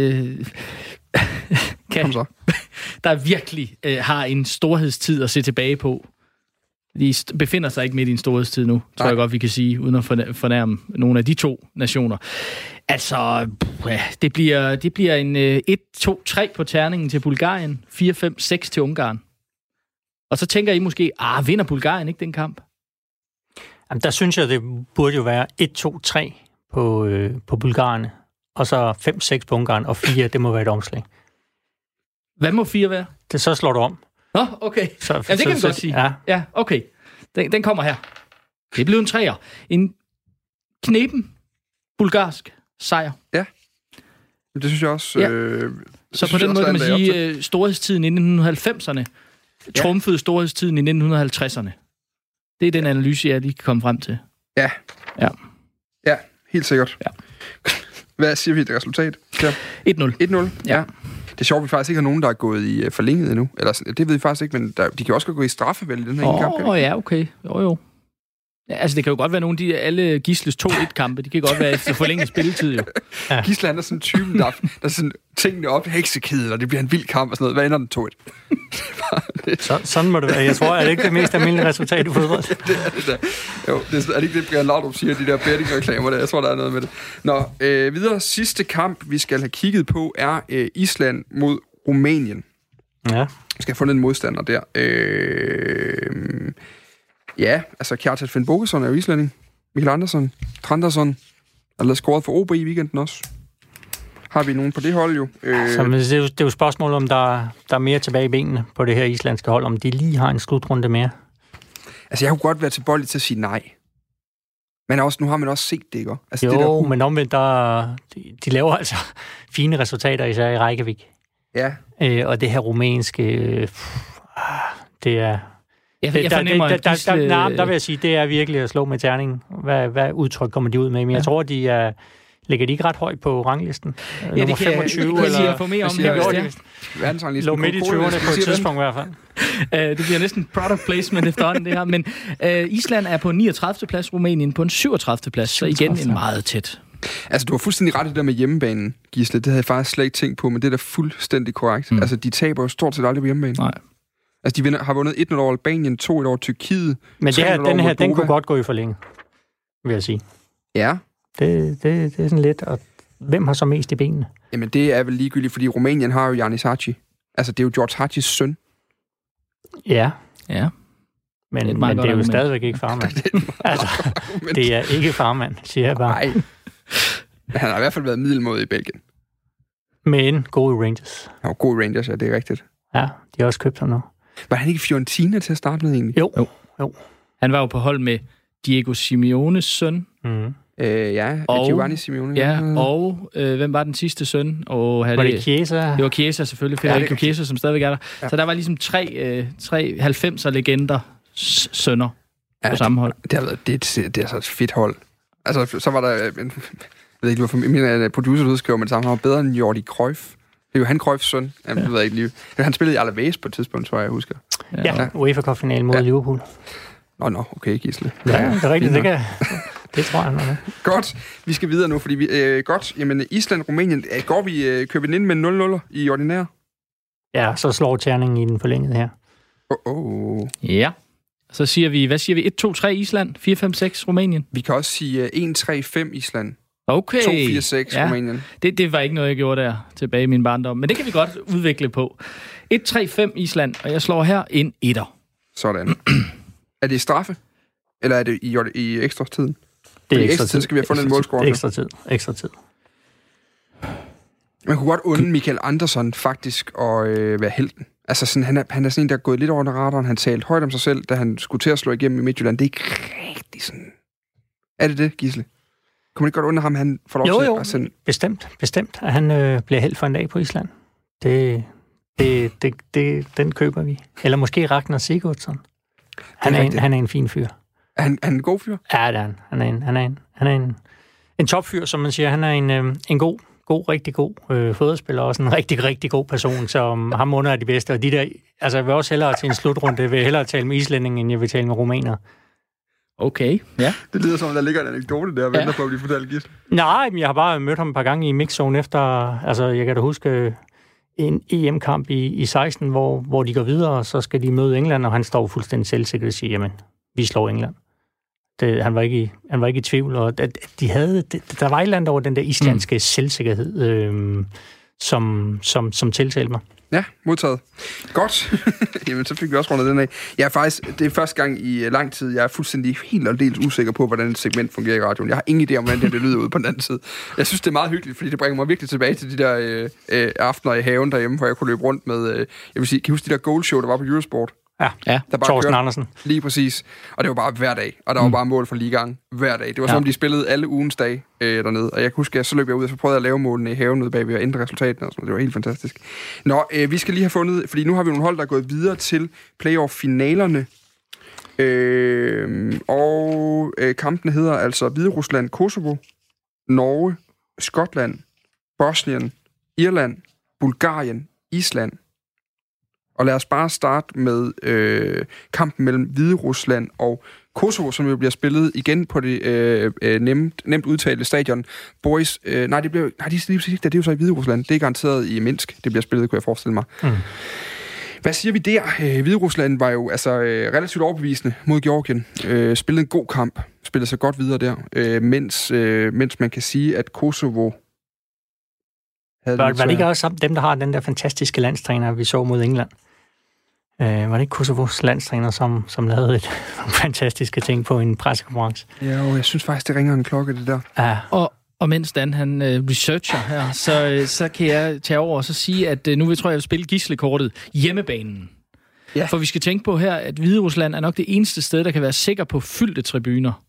der virkelig har en storhedstid at se tilbage på. De befinder sig ikke midt i en storhedstid nu, tror jeg godt, vi kan sige, uden at fornærme nogle af de to nationer. Altså, det bliver en 1-2-3 på terningen til Bulgarien, 4-5-6 til Ungarn. Og så tænker I måske, vinder Bulgarien ikke den kamp? Jamen, der synes jeg, det burde jo være 1-2-3 på Bulgarien, og så 5-6 på Ungarn, og 4, det må være et omslag. Hvad må 4 være? Det så slår du om. Nå, okay. Det kan vi godt sige. Ja, okay. Den kommer her. Det blev en 3'er. En knepen bulgarsk sejr. Ja. Det synes jeg også... Ja. Så på den måde kan man sige, storhedstiden i 1990'erne trumfede storhedstiden i 1950'erne. Det er den analyse, jeg lige kan komme frem til. Ja. Helt sikkert. Ja. Hvad siger vi, det resultat? Ja. 1-0. Ja. Det er sjovt, at vi faktisk ikke har nogen, der er gået i forlænget endnu. Eller, det ved vi faktisk ikke, men de kan også gå i straffevalg i den her ene kamp. Ja, okay. Jo. Ja, altså, det kan jo godt være nogle af de alle Gisles 2-1-kampe. De kan godt være efter forlænget spilletid, jo. Ja. Gisle, han er sådan en typen, der er sådan tingene op i heksekæden, og det bliver en vild kamp og sådan noget. Hvad ender den 2-1? Sådan må det være. Jeg tror, at det ikke er det mest almindelige resultat i fodbold. Det er det da. Jo, det er det ikke det, Brian Laudrup siger, de der betting-reklamer der. Jeg tror, der er noget med det. Nå, videre. Sidste kamp, vi skal have kigget på, er Island mod Rumænien. Ja. Vi skal have fundet en modstander der. Ja, altså Kjartan Finn Bogason er jo islænding. Michael Andersson, Trandason, har lavet scoret for OB i weekenden også. Har vi nogen på det hold jo? Så det er jo spørgsmål, om der er mere tilbage i benene på det her islandske hold, om de lige har en slutrunde mere. Altså, jeg kunne godt være tilbøjelig til at sige nej. Men også, nu har man også set det, ikke? Altså, jo, det der... men omvendt, de laver altså fine resultater, især i Reykjavik. Ja. Og det her rumænske, det er... Der vil jeg sige, det er virkelig at slå med terningen. Hvad udtryk kommer de ud med? Men jeg tror, ligger de ikke ret højt på ranglisten? Ja, nummer 25, eller... Jeg får mere om det. Lå midt i 20'erne på et tidspunkt i hvert fald. Det bliver næsten product placement efterhånden, det her. Men Island er på 39. plads, Rumænien på en 37. plads, så igen en meget tæt. Altså, du har fuldstændig ret i det der med hjemmebanen, Gisle. Det havde jeg faktisk slet ikke tænkt på, men det er da fuldstændig korrekt. Altså, de taber jo stort set aldrig på hjemmebane. Nej. Altså, de har vundet 1-0 over Albanien, 2-1 over Tyrkiet. Men den kunne godt gå i forlænge, vil jeg sige. Ja. Det er sådan lidt, og hvem har så mest i benene? Jamen, det er vel ligegyldigt, fordi Rumænien har jo Giannis Hagi. Altså, det er jo George Hagis søn. Ja. Men det er jo stadigvæk ikke farmand. Det er ikke farmand, siger jeg bare. Nej. Han har i hvert fald været middelmåde i Belgien. Men god i Rangers. Ja, god i Rangers, ja, det er rigtigt. Ja, de har også købt ham nu. Var han ikke Fiorentina til at starte med egentlig? Jo. Han var jo på hold med Diego Simeones søn. Mm. Giovanni Simeone. Ja, og hvem var den sidste søn? Var det Chiesa? Det var Chiesa selvfølgelig, Federico Chiesa, som stadigvæk er der. Ja. Så der var ligesom tre 90'er-legender sønner på samme hold. Det er altså et fedt hold. Altså, så var der jeg ved ikke, hvorfor min producer udskriver, men sammen var bedre end Jordi Cruyff. Det er jo han Cruyffs søn. Jeg ved ikke lige. Han spillede i Alaves på et tidspunkt, tror jeg husker. Ja. UEFA Cup-finalen mod Liverpool. Nå, okay, Gisle. Ja, det er rigtigt. Det tror jeg nok. Godt. Vi skal videre nu, fordi vi... godt. Jamen, Island, Rumænien. Kører vi ind med 0-0'er i ordinær? Ja, så slår terningen i den forlængede her. Ja. Så siger vi... Hvad siger vi? 1-2-3 Island, 4-5-6 Rumænien. Vi kan også sige 1-3-5 Island. Okay. 2-4-6 Rumænien. Det var ikke noget, jeg gjorde der tilbage i min barndom. Men det kan vi godt udvikle på. 1-3-5 Island, og jeg slår her en 1'er. Sådan. Er det straffe? Eller er det i ekstra tiden? Det er ekstra tid. Skal vi have fundet en målscore? Ekstra tid. Man kunne godt undre Michael Andersson faktisk at være helten. Altså sådan, han er sådan en, der er gået lidt over den radaren. Han talte højt om sig selv, da han skulle til at slå igennem i Midtjylland. Det er ikke rigtig sådan... Er det, Gisle? Kunne man ikke godt under ham, han får lov til at sende... Bestemt. At han bliver held for en dag på Island. Den køber vi. Eller måske Ragnar Sigurdsson. Han er en fin fyr. Er han en god fyr? Ja, det er han. Han er en topfyr, som man siger. Han er en rigtig god fodboldspiller, og også en rigtig, rigtig god person, som ham under de bedste. Og de der, altså jeg vil også hellere til en slutrunde, jeg vil hellere tale med islændingen, end jeg vil tale med rumæner. Okay, ja. Det lyder som, der ligger en anekdote der, og venter på at blive fortalt, Gisle. Nej, men jeg har bare mødt ham et par gange i mixzone efter, altså jeg kan da huske en EM-kamp i 16, hvor de går videre, og så skal de møde England, og han står fuldstændig selvsikkert og siger, jamen, vi slår England. Han var ikke i tvivl, og der var et eller andet over den der islandske selvsikkerhed, som tiltalte mig. Ja, modtaget. Godt. Jamen, så fik vi også rundet den af. Det er første gang i lang tid, jeg er fuldstændig helt og dels usikker på, hvordan et segment fungerer i radioen. Jeg har ingen idé om, hvordan det lyder ud på den anden side. Jeg synes, det er meget hyggeligt, fordi det bringer mig virkelig tilbage til de der aftener i haven derhjemme, hvor jeg kunne løbe rundt med, jeg vil sige, kan I huske de der goalshow, der var på Eurosport? Ja. Thorsten Andersen. Lige præcis. Og det var bare hver dag. Og der var bare mål for ligaen hver dag. Det var som om, de spillede alle ugens dage dernede. Og jeg kan huske, at så løb jeg ud, og så prøvede jeg at lave målene i haven ude bagved og ændre resultaterne. Og sådan. Det var helt fantastisk. Nå, vi skal lige have fundet, fordi nu har vi nogle hold, der er gået videre til playoff-finalerne. Kampene hedder altså Hviderusland, Kosovo, Norge, Skotland, Bosnien, Irland, Bulgarien, Island. Og lad os bare starte med kampen mellem Hviderusland og Kosovo, som jo bliver spillet igen på det nemt udtalte stadion. Boys, det er jo så i Hviderusland. Det er garanteret i Minsk, det bliver spillet, kunne jeg forestille mig. Hvad siger vi der? Hviderusland var jo altså relativt overbevisende mod Georgien. Spillede en god kamp. Spillede sig godt videre der. Mens man kan sige, at Kosovo... Var det ikke også dem, der har den der fantastiske landstræner, vi så mod England? Var det ikke Kosovos landstræner, som lavede et fantastiske ting på en pressekonference? Ja, og jeg synes faktisk, det ringer en klokke, det der. Ja. Og mens Dan han researcher her, så kan jeg tage over og så sige, at nu tror jeg vil spille Gislekortet hjemmebanen. Ja. For vi skal tænke på her, at Hviderusland er nok det eneste sted, der kan være sikker på fyldte tribuner.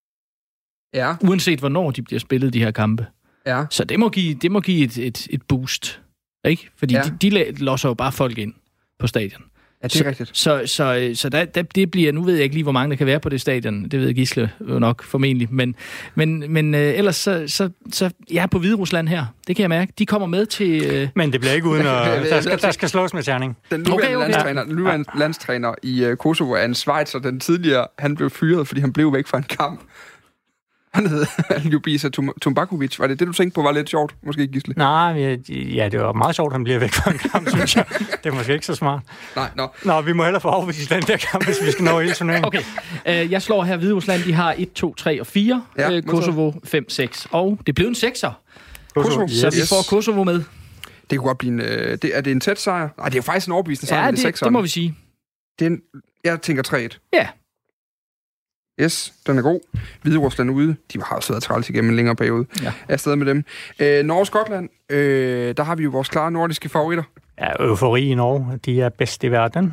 Ja. Uanset hvornår de bliver spillet, de her kampe. Ja. Så det må give et boost, ikke? Fordi de losser jo bare folk ind på stadion. Ja, det er rigtigt. Så det bliver, nu ved jeg ikke lige, hvor mange der kan være på det stadion. Det ved Gisle jo nok formentlig. Men ellers så jeg er på Hviderusland her. Det kan jeg mærke. De kommer med til... Men det bliver ikke uden at... Der skal slås med terning. Den nuværende landstræner i Kosovo er en Schweizer. Den tidligere, han blev fyret, fordi han blev væk fra en kamp. Han hed Ljubisa Tumbakovic. Var det du tænkte på var lidt sjovt? Måske, Gisle? Nej, det var meget sjovt, han bliver væk fra en kamp, synes jeg. Det er måske ikke så smart. Nej, Nå, vi må hellere få overbevist den der kamp, hvis vi skal nå hele turneringen. Okay, jeg slår her Hviderusland. De har 1, 2, 3 og 4. Ja, Kosovo 5, 6. Og det blev en 6'er. Kosovo. Yes. Så vi får Kosovo med. Det kunne godt blive en... er det en tæt sejr? Nej, det er jo faktisk en overbevisende sejr. Ja, det må vi sige. Jeg tænker 3-1. Ja. Yes, den er god. Hviderusland ude. De har også været træls igennem en længere periode. Ja. Afsted med dem. Norge og Skotland. Der har vi jo vores klare nordiske favoritter. Ja, eufori i Norge. De er bedst i verden.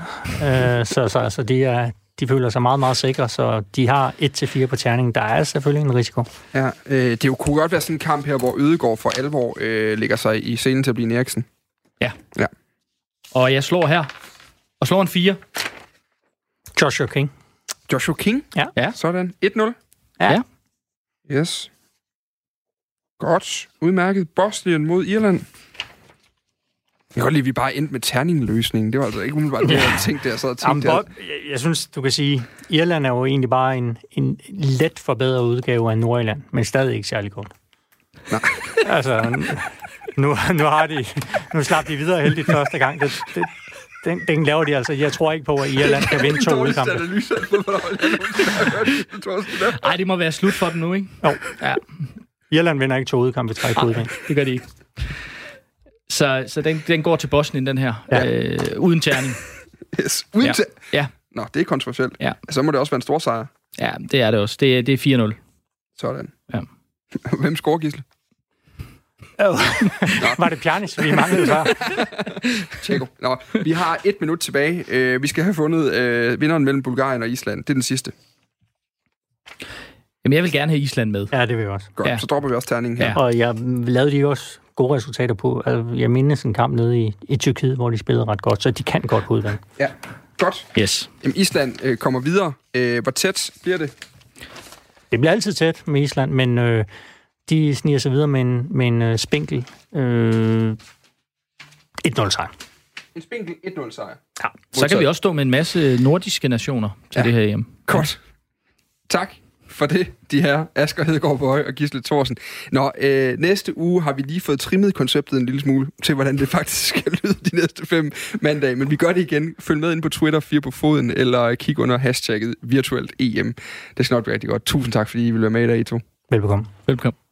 Så de føler sig meget, meget sikre. Så de har 1-4 på terningen. Der er selvfølgelig en risiko. Ja, det kunne godt være sådan en kamp her, hvor Ødegaard for alvor lægger sig i scenen til at blive en Eriksen. Ja. Og jeg slår her. Og slår en 4. Joshua King. Ja. Sådan. 1-0. Ja. Yes. Godt. Udmærket. Bosnien mod Irland. Jeg kan godt lide, at vi bare endte med terningløsningen. Det var altså ikke umiddelbart det, jeg tænkte, jeg sad og tænkte. Jeg synes, du kan sige, Irland er jo egentlig bare en let forbedret udgave af Nordirland, men stadig ikke særlig godt. Nej. Altså, nu slap de videre heldigt første gang. Den laver de altså. Jeg tror ikke på, at Irland kan vinde 2 udkampe. Nej, det må være slut for dem nu, ikke? Jo. Ja. Irland vinder ikke 2 udkampe i træk på udgang. Det gør de ikke. Så den går til Bosnien, den her. Ja. Uden terning. Yes. Uden terning? Ja. Nå, det er kontroversielt. Ja. Så må det også være en stor sejr. Ja, det er det også. Det er 4-0. Sådan. Ja. Hvem scorer, Gisle? Var det Pjanic, vi manglede så? Tjekko. Nå, vi har 1 minut tilbage. Vi skal have fundet vinderen mellem Bulgarien og Island. Det er den sidste. Jamen, jeg vil gerne have Island med. Ja, det vil jeg også. Godt, Ja. så dropper vi også terningen her. Ja. Og jeg lavede de også gode resultater på. Altså, jeg mindes en kamp nede i Tyrkiet, hvor de spillede ret godt, så de kan godt på udvalg. Ja, godt. Yes. Jamen, Island kommer videre. Hvor tæt bliver det? Det bliver altid tæt med Island, men de sniger sig videre med en spinkel 1-0 sejr. En spinkel 1-0 sejr. Ja. Så kan vi også stå med en masse nordiske nationer til det her hjem. Godt. Tak for det, de her Asger Hedegaard Bøje og Gisle Thorsen. Næste uge har vi lige fået trimmet konceptet en lille smule til, hvordan det faktisk skal lyde de næste 5 mandage. Men vi gør det igen. Følg med ind på Twitter, 4 på foden, eller kig under hashtagget virtuelt EM. Det skal nok være rigtig godt. Tusind tak, fordi I vil være med i dag, I to. Velbekomme. Velkommen.